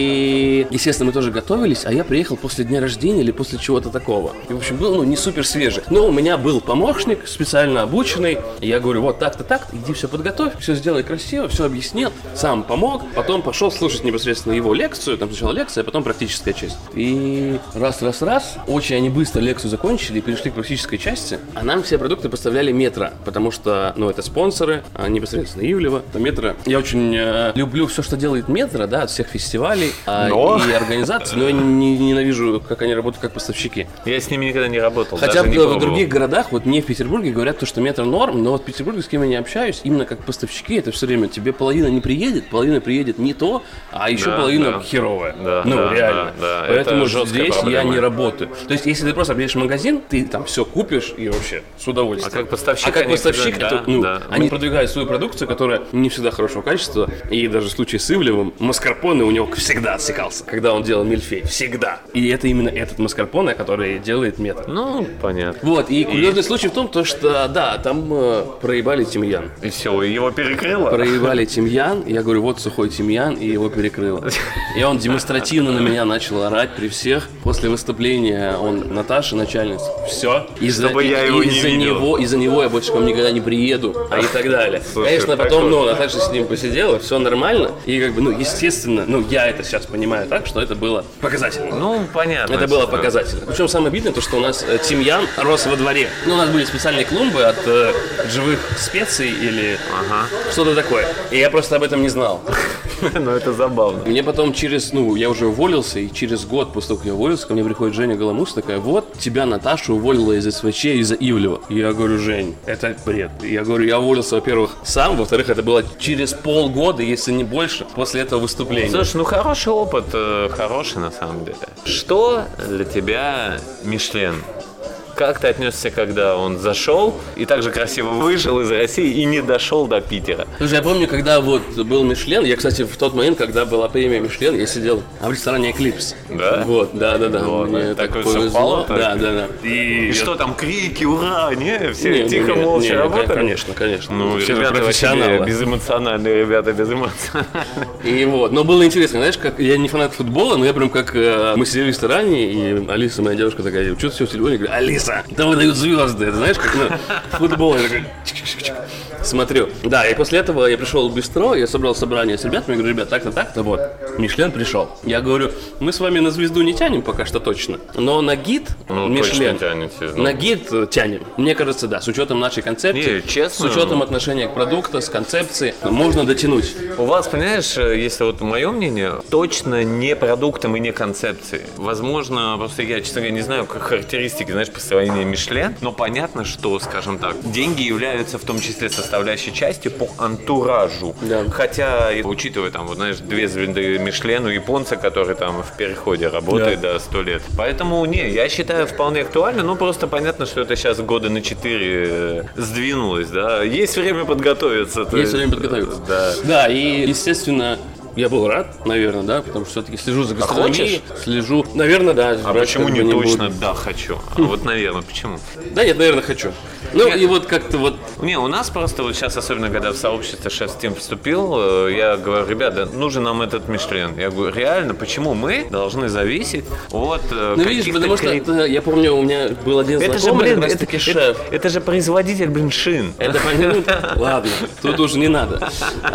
и, естественно, мы тоже готовились, а я приехал после дня рождения или после чего-то такого. И, в общем, был, ну, не супер свежий. Но у меня был помощник, специально обученный, и я говорю, вот так-то так, иди все подготовь, все сделай красиво, все объяснил, сам помог, потом пошел слушать непосредственно его лекцию, там сначала лекция, а потом практическая часть. И раз-раз-раз, очень они быстро лекцию закончили и перешли к практической части, а нам все продукты поставляли Метро, потому что, ну, это спонсоры, а непосредственно Ивлева, Метро. Я очень э, люблю все, что делает Метро, да, от всех фестивалей э, и организаций, но я не, ненавижу, как они работают как поставщики. Я с ними никогда не работал. Хотя даже в, не в других городах, вот не в Петербурге, говорят, то, что Метро норм, но вот в Петербурге, с кем я не общаюсь, именно как поставщики, это все время тебе половина не приедет, половина приедет не то, а еще да, половина да. херовая. Да, ну, да, реально. Да, да. Поэтому это здесь проблема. я не работаю. То есть, если ты просто приедешь в магазин, ты там все купишь и вообще с удовольствием. А как поставщик, а как они поставщик всегда, это, да, ну, да. они продвигают свою продукцию, которая не всегда хорошего качества. И даже в случае с Ивлевым, маскарпоне у него всегда отсекался, когда он делал мильфей. Всегда. И это именно этот маскарпоне, который делает Метро. Ну, понятно. Вот, и курьезный случай в том, то, что, да, там э, проебали тимьян. И все, его перекрыло? Проебали тимьян, я говорю, вот сухой тимьян, и его перекрыло. И он демонстративно на меня начал орать при всех. После выступления он, Наташа, начальница, все. Из-за, Чтобы я его не из-за видел. него, из-за него я больше к вам никогда не приеду, а и так далее. Слушай, Конечно, так потом, вот. ну, Наташа с ним посидела, все нормально. И как бы, ну, естественно, ну, я это сейчас понимаю так, что это было показательно. Ну, понятно. Это было показательно. Причем самое обидное, то, что у нас э, тимьян рос во дворе. Ну, у нас были специальные клумбы от э, живых специй или Ага. что-то такое. И я просто об этом не знал. Ну, это забавно. Мне потом через, ну, я уже уволился, и через год после того, как я уволился, ко мне приходит Женя Голомус, такая, вот, тебя Наташа уволила из СВЧ из-за Ивлева. И я говорю, Жень, это бред. И я говорю, я уволился, во-первых, сам, во-вторых, это было через полгода, если не больше, после этого выступления. Слушай, ну хороший опыт, э, хороший на самом деле. Что для тебя Мишлен? Как ты отнесся, когда он зашел и так же красиво вышел из России и не дошел до Питера? Слушай, я помню, когда вот был Мишлен, я, кстати, в тот момент, когда была премия Мишлен, я сидел в ресторане Эклипс. Да? Вот, да, да, да. Вот, Мне так так вот совпало, повезло. так? Да, да, да. И, я- что там, крики, ура, не? Все Не, тихо, не, не, молча не, работали? Конечно, конечно. Ну, Все же ребята вообще профессионалы. безэмоциональные, ребята безэмоциональные. И вот, но было интересно, знаешь, как я не фанат футбола, но я прям как э, мы сидели в ресторане, и Алиса, моя девушка, такая, что ты все в телефоне? Я говорю, Алиса, там выдают звезды, это знаешь, как на футболе, я такой, чик-чик-чик. смотрю. Да, и после этого я пришел в бистро, я собрал собрание с ребятами, я говорю, ребят, так-то, так-то, вот, Мишлен пришел. Я говорю, мы с вами на звезду не тянем пока что точно, но на гид ну, Мишлен, тянете, ну. на гид тянем. Мне кажется, да, с учетом нашей концепции, не, честно, с учетом отношения к продукту, с концепцией, можно дотянуть. У вас, понимаешь, если вот мое мнение, точно не продуктом и не концепцией. Возможно, просто я, честно говоря, не знаю как характеристики, знаешь, построения Мишлен, но понятно, что, скажем так, деньги являются в том числе составляющей частью по антуражу. Да. Хотя, учитывая там, вот знаешь, две звезды Мишлен у японца, который там в переходе работает до да, сто лет. Поэтому, не, я считаю вполне актуально, но просто понятно, что это сейчас года на четыре сдвинулось, да. Есть время подготовиться. Есть есть, время подготовиться. Да. Да, и, естественно, я был рад, наверное, да, потому что все-таки слежу за гастрономией, а слежу, наверное, да. А почему не, не точно буду. Да, хочу? А вот, наверное, почему? Да нет, наверное, хочу. Ну, нет. И вот как-то вот... Не, у нас просто вот сейчас, особенно когда в сообщество Chef's Team вступил, я говорю, ребята, нужен нам этот Мишлен. Я говорю, реально, почему мы должны зависеть от ну, каких-то... Ну, видишь, потому что, крип... это, я помню, у меня был один это знакомый, же, блин, это, это, шеф. Это, это же производитель, блин, шин. Это понятно? Ладно, тут уже не надо.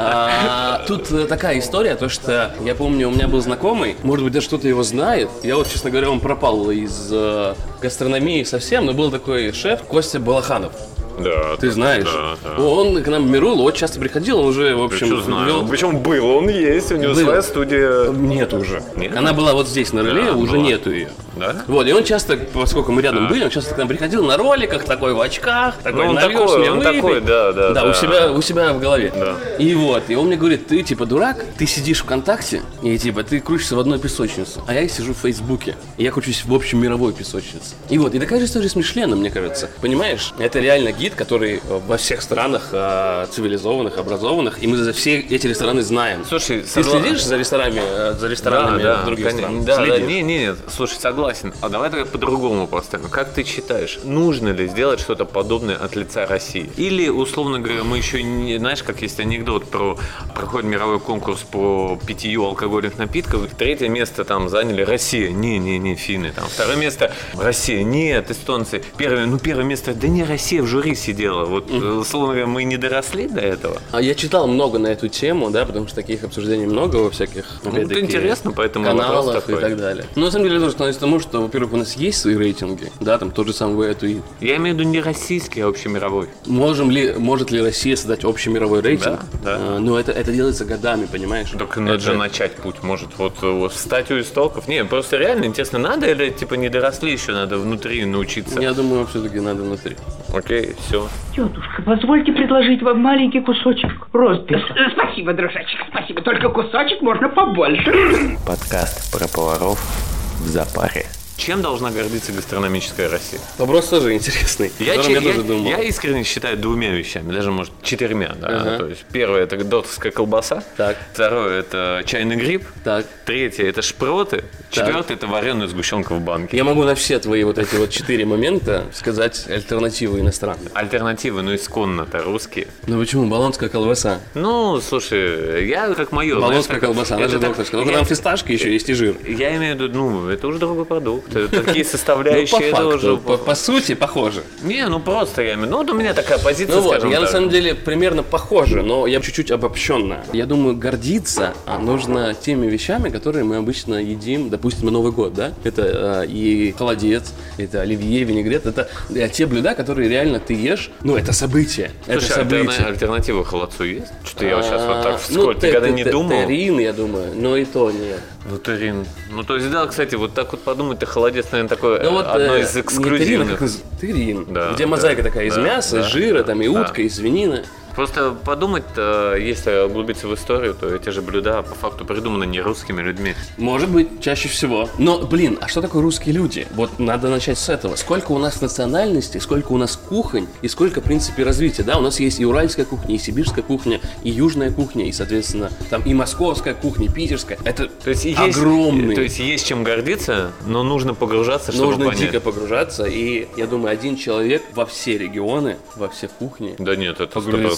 А, тут такая история, то что... Я помню, у меня был знакомый, может быть, даже кто-то его знает. Я вот, честно говоря, он пропал из э, гастрономии совсем, но был такой шеф Костя Балаханов. Да, ты знаешь. Да, да. Он к нам в Мирул вот часто приходил, он уже, в общем, вел... Причем был, он есть, у него был. Своя студия. Нет уже. Нет? Она была вот здесь, на Рыле, да, уже была. Нету ее. Да? Вот, и он часто, поскольку мы рядом да. были, он часто к нам приходил на роликах, такой в очках, такой, ну, он такой, он выпей. Такой, да, да, да. Да, у себя, у себя в голове. Да. И вот, и он мне говорит, ты типа дурак, ты сидишь ВКонтакте, и типа ты крутишься в одной песочнице, а я сижу в Фейсбуке, и я кручусь в общем мировой песочнице. И вот, и такая же история с Мишленом, мне кажется. Понимаешь, это реально гид, который во всех странах э, цивилизованных, образованных, и мы за все эти рестораны знаем. Слушай, ты согла... следишь за ресторанами, э, за ресторанами да, да, других стран? Да, да, не, не, нет, слушай, согласен. А давай тогда по-другому поставим. Как ты считаешь, нужно ли сделать что-то подобное от лица России? Или, условно говоря, мы еще не, знаешь, как есть анекдот про проходит мировой конкурс по питью алкогольных напитков, третье место там заняли Россия, не, не, не, финны, там второе место Россия, нет, эстонцы, первое, ну первое место, да не Россия в жюри сидела, вот. Условно говоря, мы не доросли до этого. А я читал много на эту тему, да, потому что таких обсуждений много во всяких ну, это интересно, поэтому каналах и так далее. Но на самом деле тоже становится тому, что, во-первых, у нас есть свои рейтинги, да, там тот же самый Way. Я имею в виду не российский, а общемировой. Можем ли, может ли Россия создать общемировой рейтинг? Да, да. А, но это, это делается годами, понимаешь? Так надо это... же начать путь, может, вот, вот встать у истоков. Не, просто реально интересно, надо или типа не доросли еще, надо внутри научиться? Я думаю, все-таки надо внутри. Окей, все. Тетушка, позвольте предложить вам маленький кусочек ростбифа. Спасибо, дружочек, спасибо. Только кусочек можно побольше. Подкаст про поваров в запаре. Чем должна гордиться гастрономическая Россия? Вопрос тоже интересный. Я, я, я, тоже думал. Я искренне считаю двумя вещами, даже, может, четырьмя. Да? Uh-huh. То есть, первое – это докторская колбаса. Так. Второе – это чайный гриб. Так. Третье – это шпроты. Четвертое – это вареная сгущенка в банке. Я могу на все твои вот эти вот четыре момента сказать альтернативы иностранные. Альтернативы, ну, исконно-то русские. Ну, почему? Болонская колбаса. Ну, слушай, я как майор. Болонская колбаса, она же докторская. Только там фисташки еще есть и жир. Я имею в виду, ну, это уже другой продукт. Такие составляющие, ну, по это факту, уже... По, по сути, похоже. Не, ну просто я имею... Ну, вот у меня такая позиция, ну, скажем вот, я так. на самом деле примерно похоже, но я чуть-чуть обобщенно. Я думаю, гордиться нужно теми вещами, которые мы обычно едим, допустим, на Новый год, да? Это э, и холодец, это оливье, винегрет, это э, те блюда, которые реально ты ешь. Ну, это событие. Слушай, это событие. Альтерна... альтернатива холодцу есть? Что-то я вот сейчас вот так ну, вскользь никогда не думал. Террин, я думаю, но и то нет. Ну, террин. Ну, то есть, да, кстати, вот так вот подумать, ты холодец, наверное, такое ну, вот, одно из э, эксклюзивных. Террин, да, где мозаика да, такая из да, мяса, да, из жира, да, там и утка, да. и свинина. Просто подумать, если углубиться в историю, то эти же блюда по факту придуманы не русскими людьми. Может быть, чаще всего. Но, блин, а что такое русские люди? Вот надо начать с этого. Сколько у нас национальностей, сколько у нас кухонь и сколько, в принципе, развития. Да, у нас есть и уральская кухня, и сибирская кухня, и южная кухня, и, соответственно, там и московская кухня, и питерская. Это то есть огромный. Есть, то есть есть чем гордиться, но нужно погружаться, чтобы нужно понять. Нужно дико погружаться, и я думаю, один человек во все регионы, во все кухни да нет, это погрузиться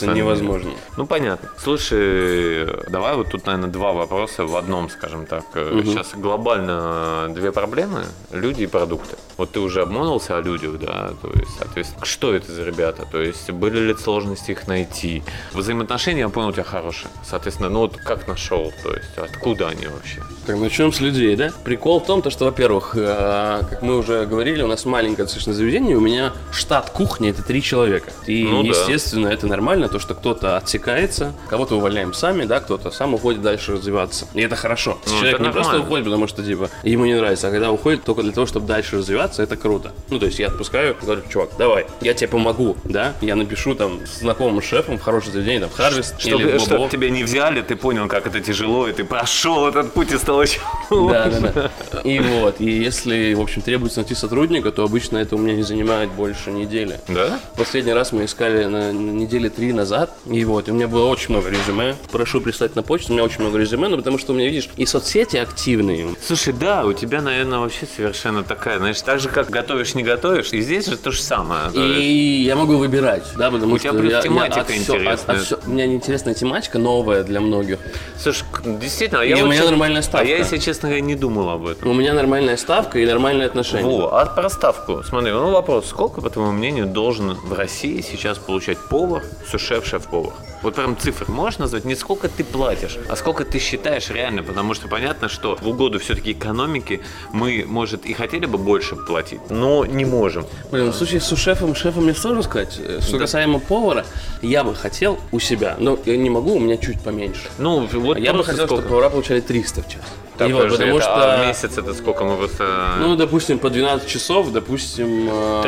самом невозможно. деле. Ну, понятно. Слушай, давай вот тут, наверное, два вопроса в одном, скажем так. Угу. Сейчас глобально две проблемы – люди и продукты. Вот ты уже обмолвился о людях, да, то есть, соответственно, что это за ребята? То есть, были ли сложности их найти? Взаимоотношения, я понял, у тебя хорошие. Соответственно, ну вот как нашел, то есть, откуда они вообще? Так, начнем с людей, да? Прикол в том, то, что, во-первых, как мы уже говорили, у нас маленькое достаточно заведение, у меня штат кухни – это три человека. И, ну, естественно, да. это нормально, то, что кто-то отсекается, кого-то увольняем сами, да, кто-то сам уходит дальше развиваться. И это хорошо. Ну, Человек это не нормально. Просто уходит, потому что, типа, ему не нравится, а когда уходит только для того, чтобы дальше развиваться, это круто. Ну, то есть я отпускаю, говорю, чувак, давай, я тебе помогу, да, я напишу там знакомым шефам в хорошее заведение, там, в Harvest чтобы, или в чтобы тебя не взяли, ты понял, как это тяжело, и ты прошел этот путь и стал очень Да, да, да. И вот, и если, в общем, требуется найти сотрудника, то обычно это у меня не занимает больше недели. Да? Последний раз мы искали на недели три назад, и вот, и у меня было очень много резюме. Прошу прислать на почту, у меня очень много резюме, но потому что у меня, видишь, и соцсети активные. Слушай, да, у тебя, наверное, вообще совершенно такая, знаешь, так же, как готовишь, не готовишь, и здесь же то же самое. И есть... я могу выбирать, да, потому у что... У тебя плюс я, тематика я интересная. Все, от, от все, у меня интересная тематика, новая для многих. Слушай, действительно, а и я у вот меня сейчас... нормальная ставка. А я, если честно говоря, не думал об этом. У меня нормальная ставка и нормальные отношения. Во, а про ставку, смотри, ну вопрос, сколько, по твоему мнению, должен в России сейчас получать повар, сушеф, шеф-повар? Вот прям цифры можешь назвать? Не сколько ты платишь, а сколько ты считаешь реально, потому что понятно, что в угоду все-таки экономики мы, может, и хотели бы больше платить, но не можем. Блин, в случае с сушефом, шефом мне сложно сказать. Что да. касаемо повара, я бы хотел у себя, но я не могу, у меня чуть поменьше. Ну, вот я бы хотел, сколько? чтобы повара получали триста в час. Так, и вот, потому это, что... а в месяц это сколько мы просто... Ну, допустим, по двенадцать часов, допустим,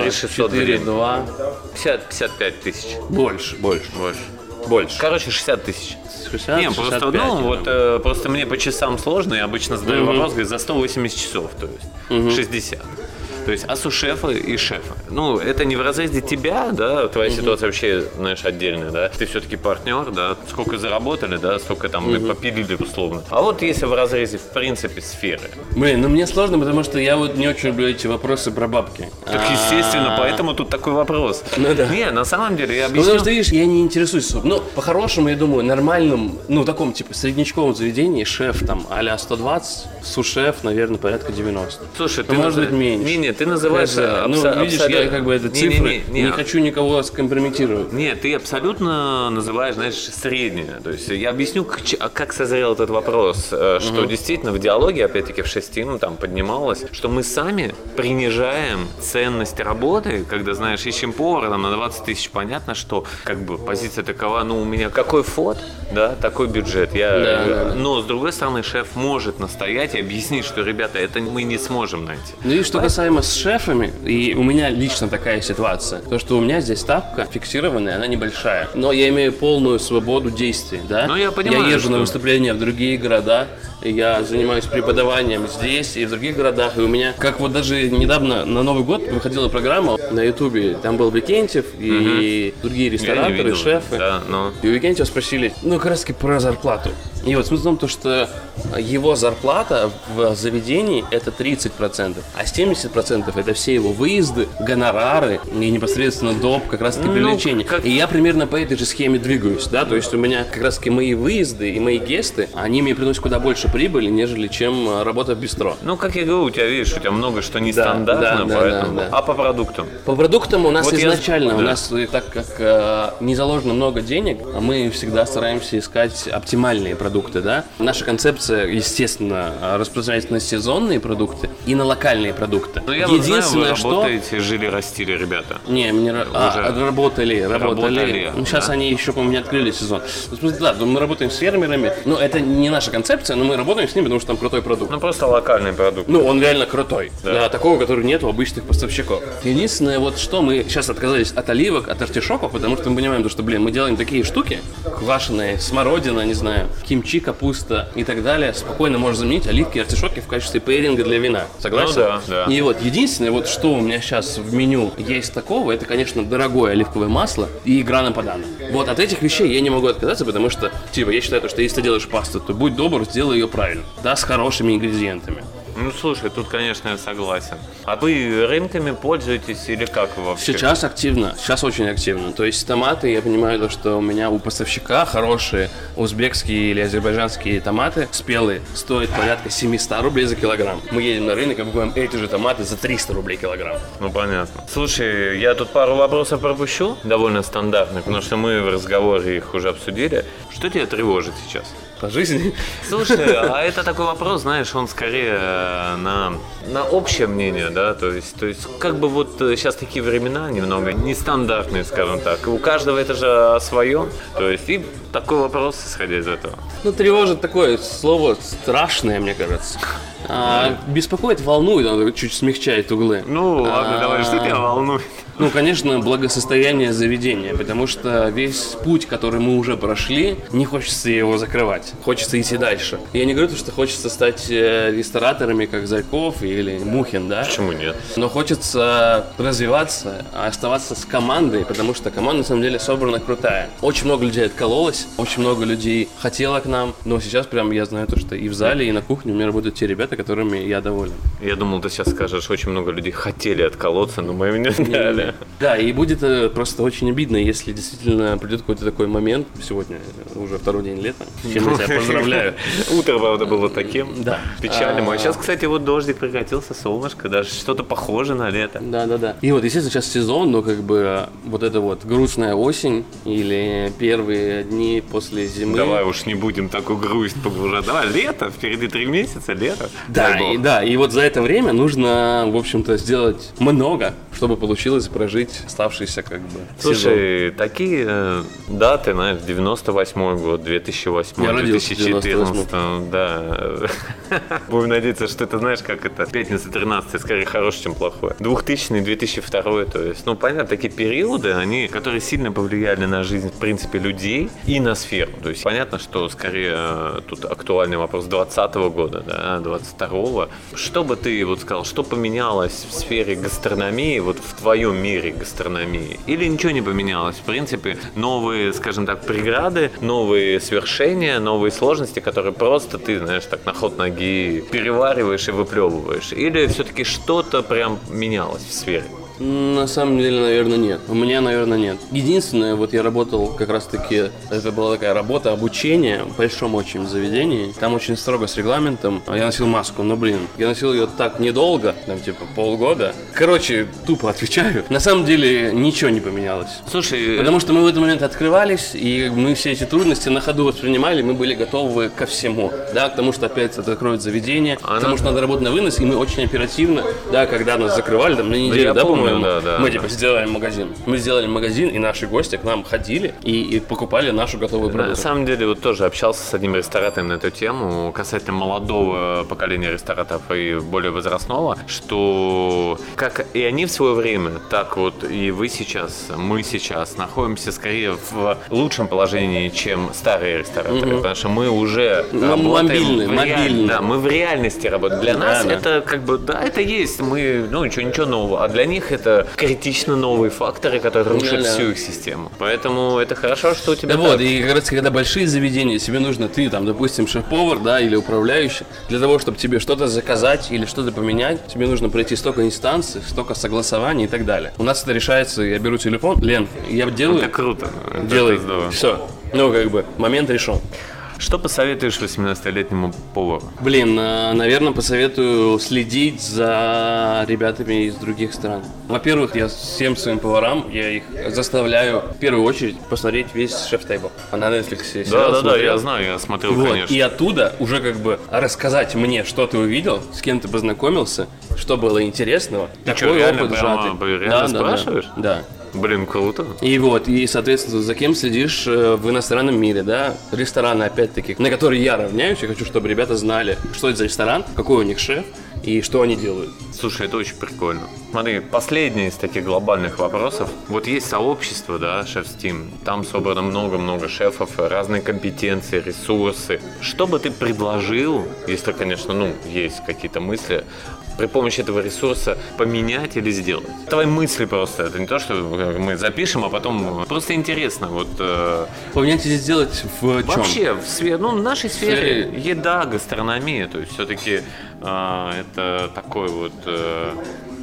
четыре-два. пятьдесят пять тысяч. Больше, больше. Больше. Больше. Короче, шестьдесят тысяч. шестьдесят, не, просто, шестьдесят пять, ну, вот, э, просто мне по часам сложно, я обычно задаю угу. вопрос, говорю, за сто восемьдесят часов, то есть угу. шестьдесят. То есть, а сушефы и шефы. Ну, это не в разрезе тебя, да, твоя mm-hmm. ситуация вообще, знаешь, отдельная, да. Ты все-таки партнер, да, сколько заработали, да, столько там mm-hmm. попилили условно. А вот если в разрезе, в принципе, сферы. Блин, ну мне сложно, потому что я вот не очень люблю эти вопросы про бабки. Так, естественно, поэтому тут такой вопрос. Ну да. Не, на самом деле, я объясню. Ну, потому что, видишь, я не интересуюсь. Ну, по-хорошему, я думаю, нормальным, ну, таком, типа, среднячковом заведении шеф там а-ля сто двадцать, сушеф, наверное, порядка девяносто. Слушай, ну, ты может быть меньше. Не, не, ты называешь... Ну, абсо- видишь, абсолютно... я как бы это цифры, не, не, не. не хочу никого скомпрометировать. Нет, ты абсолютно называешь, знаешь, среднее. То есть я объясню, как, как созрел этот вопрос, что угу. действительно в диалоге, опять-таки в шести, ну, там поднималось, что мы сами принижаем ценность работы, когда, знаешь, ищем повара там, на двадцать тысяч, понятно, что как бы позиция такова, ну, у меня какой фот, да, такой бюджет. Я... Да, да. Но, с другой стороны, шеф может настоять и объяснить, что, ребята, это мы не сможем найти. Ну и что касаемо с шефами, и у меня лично такая ситуация, то, что у меня здесь ставка фиксированная, она небольшая, но я имею полную свободу действий, да? Ну, я понимаю, я езжу что... на выступления в другие города, я занимаюсь преподаванием здесь и в других городах, и у меня, как вот даже недавно на Новый год выходила программа на Ютубе, там был Викентьев и угу. другие рестораторы, шефы, да, но... и у Викентьева спросили, ну, как раз таки про зарплату. И вот смысл в том, что его зарплата в заведении это тридцать процентов, а семьдесят процентов это все его выезды, гонорары и непосредственно доп, как раз таки привлечение. Ну, как... И я примерно по этой же схеме двигаюсь, да, то есть у меня как раз таки мои выезды и мои гесты, они мне приносят куда больше прибыли, нежели чем работа в бистро. Ну, как я говорю, у тебя, видишь, у тебя много что нестандартно, да, да, поэтому... Да, да. А по продуктам? По продуктам у нас вот изначально, я... у да. нас, так как э, не заложено много денег, мы всегда стараемся искать оптимальные продукты. Продукты, да? Наша концепция, естественно, распространяется на сезонные продукты и на локальные продукты. Но я Единственное, знаю, вы что... работаете, жили, растили, ребята. Не, мы не ра... а, работали, работали. работали Ну, сейчас да. они еще, по-моему, не открыли сезон. Да, мы работаем с фермерами. Но это не наша концепция, но мы работаем с ними, потому что там крутой продукт. Ну, просто локальный продукт. Ну, он реально крутой. Да. Да, такого, которого нет у обычных поставщиков. Единственное, вот что мы сейчас отказались от оливок, от артишоков, потому что мы понимаем, что, блин, мы делаем такие штуки, квашеные, смородина, не знаю, кимчи, капуста и так далее, спокойно можно заменить оливки и артишоки в качестве пейринга для вина. Согласен? Ну да, да. И вот единственное, вот что у меня сейчас в меню есть такого, это, конечно, дорогое оливковое масло и грана падано. Вот от этих вещей я не могу отказаться, потому что, типа, я считаю, что если ты делаешь пасту, то будь добр, сделай ее правильно, да, с хорошими ингредиентами. Ну, слушай, тут, конечно, я согласен. А вы рынками пользуетесь или как вообще? Сейчас активно, сейчас очень активно. То есть томаты, я понимаю, то, что у меня у поставщика хорошие узбекские или азербайджанские томаты спелые стоят порядка семьсот рублей за килограмм. Мы едем на рынок и покупаем эти же томаты за триста рублей килограмм. Ну, понятно. Слушай, я тут пару вопросов пропущу, довольно стандартных, потому что мы в разговоре их уже обсудили. Что тебя тревожит сейчас? По жизни. Слушай, а это такой вопрос, знаешь, он скорее на, на общее мнение, да, то есть, то есть, как бы вот сейчас такие времена немного нестандартные, скажем так, у каждого это же свое, то есть, и такой вопрос, исходя из этого. Ну, тревожит такое слово страшное, мне кажется. А, беспокоит, волнует, он чуть смягчает углы. Ну, ладно, давай, что тебя волнует? Ну, конечно, благосостояние заведения, потому что весь путь, который мы уже прошли, не хочется его закрывать, хочется идти дальше. Я не говорю, что хочется стать рестораторами, как Зарьков или Мухин, да? Почему нет? Но хочется развиваться, оставаться с командой, потому что команда, на самом деле, собрана крутая. Очень много людей откололось, очень много людей хотело к нам, но сейчас прям я знаю то, что и в зале, и на кухне у меня работают те ребята, которыми я доволен. Я думал, ты сейчас скажешь, очень много людей хотели отколоться, но мы им не дали. Да, и будет просто очень обидно, если действительно придет какой-то такой момент. Сегодня уже второй день лета, с чем я тебя поздравляю. Утро, правда, было таким да. печальным. А сейчас, кстати, вот дождик прекратился, солнышко, даже что-то похоже на лето. Да, да, да. И вот, естественно, сейчас сезон, но как бы вот эта вот грустная осень или первые дни после зимы. Давай уж не будем такую грусть погружать. Давай, лето, впереди три месяца, лето. Да, и, да, и вот за это время нужно, в общем-то, сделать много, чтобы получилось прожить оставшийся как бы Слушай, сезон. такие э, даты, знаешь, девяносто восьмой год, две тысячи восьмой, две тысячи четырнадцатый, да. Будем надеяться, что это, знаешь, как это, пятница тринадцатое, скорее хорошее, чем плохое. двухтысячный, две тысячи второй, то есть, ну, понятно, такие периоды, они, которые сильно повлияли на жизнь, в принципе, людей и на сферу. То есть, понятно, что, скорее, тут актуальный вопрос двадцатого года, да, двадцать второго. Что бы ты вот сказал, что поменялось в сфере гастрономии, вот в твоем мире гастрономии? Или ничего не поменялось? В принципе, новые, скажем так, преграды, новые свершения, новые сложности, которые просто ты, знаешь, так на ход ноги перевариваешь и выплевываешь? Или все-таки что-то прям менялось в сфере? На самом деле, наверное, нет. У меня, наверное, нет. Единственное, вот я работал как раз-таки, это была такая работа обучения в большом очень заведении. Там очень строго с регламентом. Я носил маску, но, блин, я носил ее так недолго, там, типа, полгода. Короче, тупо отвечаю. На самом деле, ничего не поменялось. Слушай... Потому что мы в этот момент открывались, и мы все эти трудности на ходу воспринимали, мы были готовы ко всему. Да, к тому, что опять это откроет заведение, Она... потому что надо работать на вынос, и мы очень оперативно, да, когда нас закрывали, там, на неделю, да, по-моему, Да, да, мы типа сделали магазин. Мы сделали магазин, и наши гости к нам ходили и, и покупали нашу готовую продукцию. На самом деле, вот тоже общался с одним ресторатором на эту тему касательно молодого поколения рестораторов и более возрастного, что как и они в свое время, так вот и вы сейчас, мы сейчас находимся скорее в лучшем положении, чем старые рестораторы, mm-hmm. потому что мы уже мы работаем мобильны, в реаль... мобильны. Да, мы в реальности работаем. Для нас да, это как бы, да, это есть, мы, ну ничего, ничего нового, а для них это критично новые факторы, которые рушат да, всю да. их систему. Поэтому это хорошо, что у тебя. Да так. Вот, и как раз когда большие заведения, тебе нужно ты, там, допустим, шеф-повар, да, или управляющий, для того, чтобы тебе что-то заказать или что-то поменять, тебе нужно пройти столько инстанций, столько согласований и так далее. У нас это решается, я беру телефон, Лен, я делаю. Это круто. Делай. Все. Ну, как бы, момент решен. Что посоветуешь восемнадцатилетнему повару? Блин, наверное, посоветую следить за ребятами из других стран. Во-первых, я всем своим поварам, я их заставляю в первую очередь посмотреть весь шеф-тейбл. На Netflix. Да, да, да, я знаю, я смотрел, вот, конечно. И оттуда уже как бы рассказать мне, что ты увидел, с кем ты познакомился, что было интересного. Ты такой что, опыт реально, сжатый. Реально да, спрашиваешь? Да, да. Блин, круто. И вот, и, соответственно, за кем следишь в иностранном мире, да? Рестораны, опять-таки, на которые я равняюсь. Я хочу, чтобы ребята знали, что это за ресторан, какой у них шеф и что они делают. Слушай, это очень прикольно. Смотри, последний из таких глобальных вопросов. Вот есть сообщество, да, шеф-стим. Там собрано много-много шефов, разные компетенции, ресурсы. Что бы ты предложил, если, конечно, ну, есть какие-то мысли, при помощи этого ресурса поменять или сделать? Твои мысли просто. Это не то, что мы запишем, а потом просто интересно. Вот, э... Поменять или сделать в чем? Вообще, в, сфере, ну, в нашей сфере, сфере еда, гастрономия. То есть все-таки э, это такой вот... Э...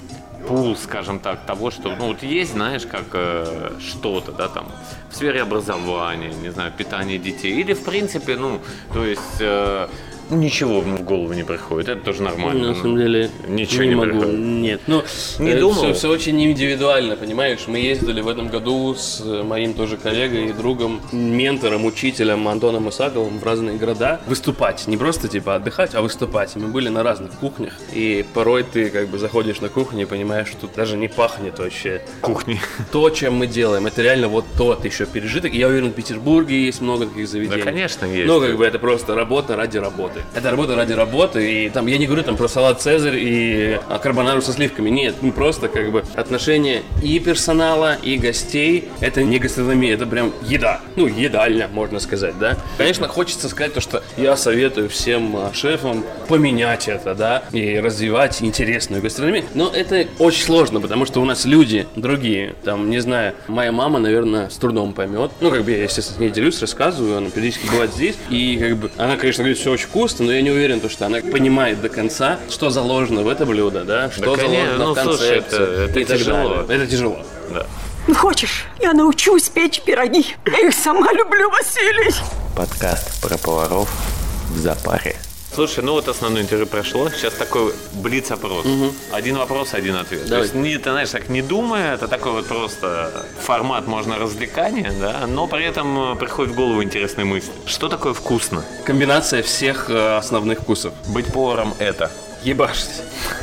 пул, скажем так, того, что, ну, вот есть, знаешь, как э, что-то, да, там, в сфере образования, не знаю, питания детей, или, в принципе, ну, то есть, э, ничего в голову не приходит, это тоже нормально. На самом деле, ничего не, не могу, приходит. нет. Ну, не э, думал? Все, все очень индивидуально, понимаешь, мы ездили в этом году с моим тоже коллегой и другом, ментором, учителем Антоном Исаковым в разные города выступать, не просто, типа, отдыхать, а выступать. Мы были на разных кухнях, и порой ты, как бы, заходишь на кухню и понимаешь, что тут даже не пахнет вообще кухни. То, чем мы делаем, это реально вот тот еще пережиток. И я уверен, в Петербурге есть много таких заведений. Да, конечно, есть. Но, как бы, это просто работа ради работы. Это работа ради работы, и там, я не говорю там про салат Цезарь и карбонару со сливками, нет, ну, просто, как бы, отношения и персонала, и гостей, это не гастрономия, это прям еда, ну, едальня, можно сказать, да. Конечно, хочется сказать то, что я советую всем шефам поменять это, да, и развивать интересную гастрономию, но это очень сложно, потому что у нас люди другие, там, не знаю, моя мама, наверное, с трудом поймет, ну, как бы, я, естественно, с ней делюсь, рассказываю, она периодически бывает здесь, и, как бы, она, конечно, говорит, все очень вкусно, но я не уверен, то, что она понимает до конца, что заложено в это блюдо, да, что да, заложено ну, в концепции. Это, это и тяжело. Так далее. Это тяжело. Да. Ну, хочешь, я научусь печь пироги. Я их сама люблю, Василий. Подкаст про поваров в запаре. Слушай, ну вот основное интервью прошло. Сейчас такой блиц-опрос. Угу. Один вопрос, один ответ. Давай. То есть, не, ты знаешь, так не думая, это такой вот просто формат, можно, развлекания, да, но при этом приходит в голову интересные мысли. Что такое вкусно? Комбинация всех э, основных вкусов. Быть поваром – это? Ебашить.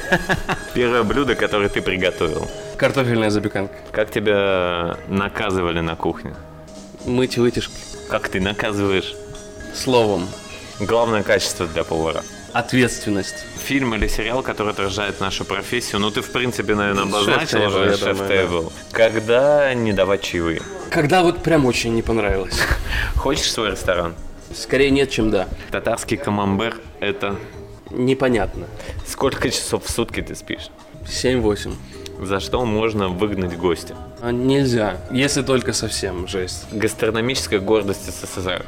Первое блюдо, которое ты приготовил. Картофельная запеканка. Как тебя наказывали на кухне? Мыть вытяжки. Как ты наказываешь? Словом. Главное качество для повара. Ответственность. Фильм или сериал, который отражает нашу профессию. Ну, ты, в принципе, наверное, обозначил уже «Шеф-тейбл». Когда не давать чаевые? Когда вот прям очень не понравилось. Хочешь свой ресторан? Скорее нет, чем да. Татарский камамбер – это… Непонятно. Сколько часов в сутки ты спишь? семь-восемь. За что можно выгнать гостя? А нельзя, если только совсем жесть. Гастрономическая гордость СССР.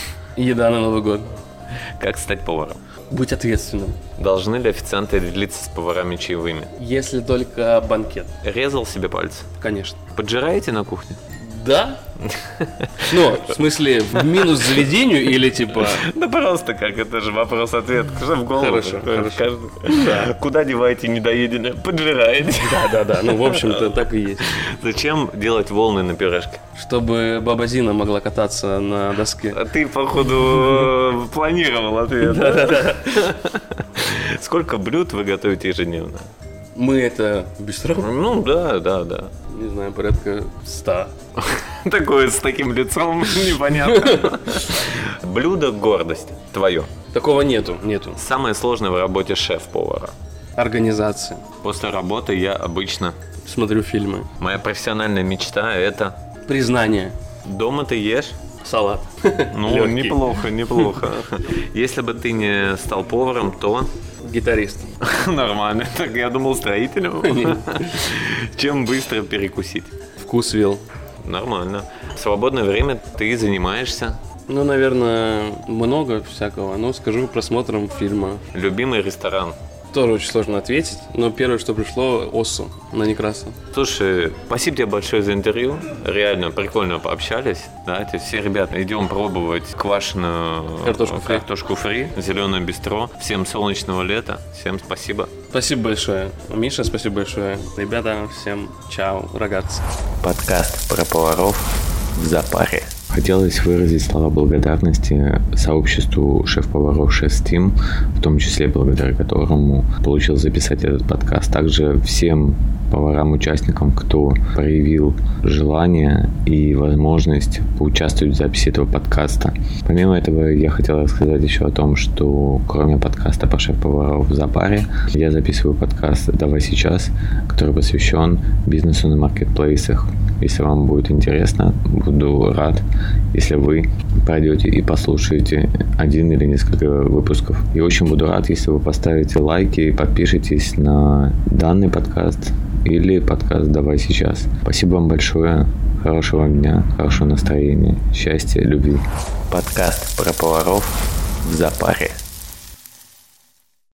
Еда на Новый год. Как стать поваром? Быть ответственным. Должны ли официанты делиться с поварами чаевыми? Если только банкет. Резал себе пальцы? Конечно. Поджираете на кухне? Да. Ну, в смысле, в минус заведению или типа… Да просто как, это же вопрос-ответ. Что в голову? Хорошо, хорошо. Да. Куда деваете недоеденное? Поджираете. Да-да-да, ну, в общем-то, так и есть. Зачем делать волны на пюрешке? Чтобы баба Зина могла кататься на доске. А ты, походу, планировал ответ. Да-да-да. Сколько блюд вы готовите ежедневно? Мы это бистро? Ну, да, да, да. Не знаю, порядка ста. Такое с таким лицом непонятно. Блюдо гордость твое. Такого нету, нету. Самое сложное в работе шеф-повара. Организация. После работы я обычно смотрю фильмы. Моя профессиональная мечта – это… Признание. Дома ты ешь? Салат. Ну, неплохо, неплохо. Если бы ты не стал поваром, то… Гитарист. Нормально. Так я думал, строителем. Чем быстро перекусить? Вкусвилл. Нормально. В свободное время ты занимаешься? Ну, наверное, много всякого. Ну, скажу, просмотром фильма. Любимый ресторан? Тоже очень сложно ответить, но первое, что пришло, Оссу на Некраса. Слушай, спасибо тебе большое за интервью. Реально прикольно пообщались. Да, эти все ребята, идем пробовать квашеную картошку фри. картошку фри, зеленое бистро. Всем солнечного лета. Всем спасибо. Спасибо большое. Миша, спасибо большое. Ребята, всем чао, рагацzi. Подкаст про поваров в запаре. Хотелось выразить слова благодарности сообществу шеф-поваров Шеф-Тим, в том числе благодаря которому получил записать этот подкаст. Также всем поварам-участникам, кто проявил желание и возможность поучаствовать в записи этого подкаста. Помимо этого, я хотел рассказать еще о том, что кроме подкаста по шеф-поваров в Запаре, я записываю подкаст «Давай сейчас», который посвящен бизнесу на маркетплейсах. Если вам будет интересно, буду рад, если вы пройдете и послушаете один или несколько выпусков. И очень буду рад, если вы поставите лайки и подпишитесь на данный подкаст или подкаст «Давай сейчас». Спасибо вам большое. Хорошего дня, хорошего настроения, счастья, любви. Подкаст про поваров в Запаре.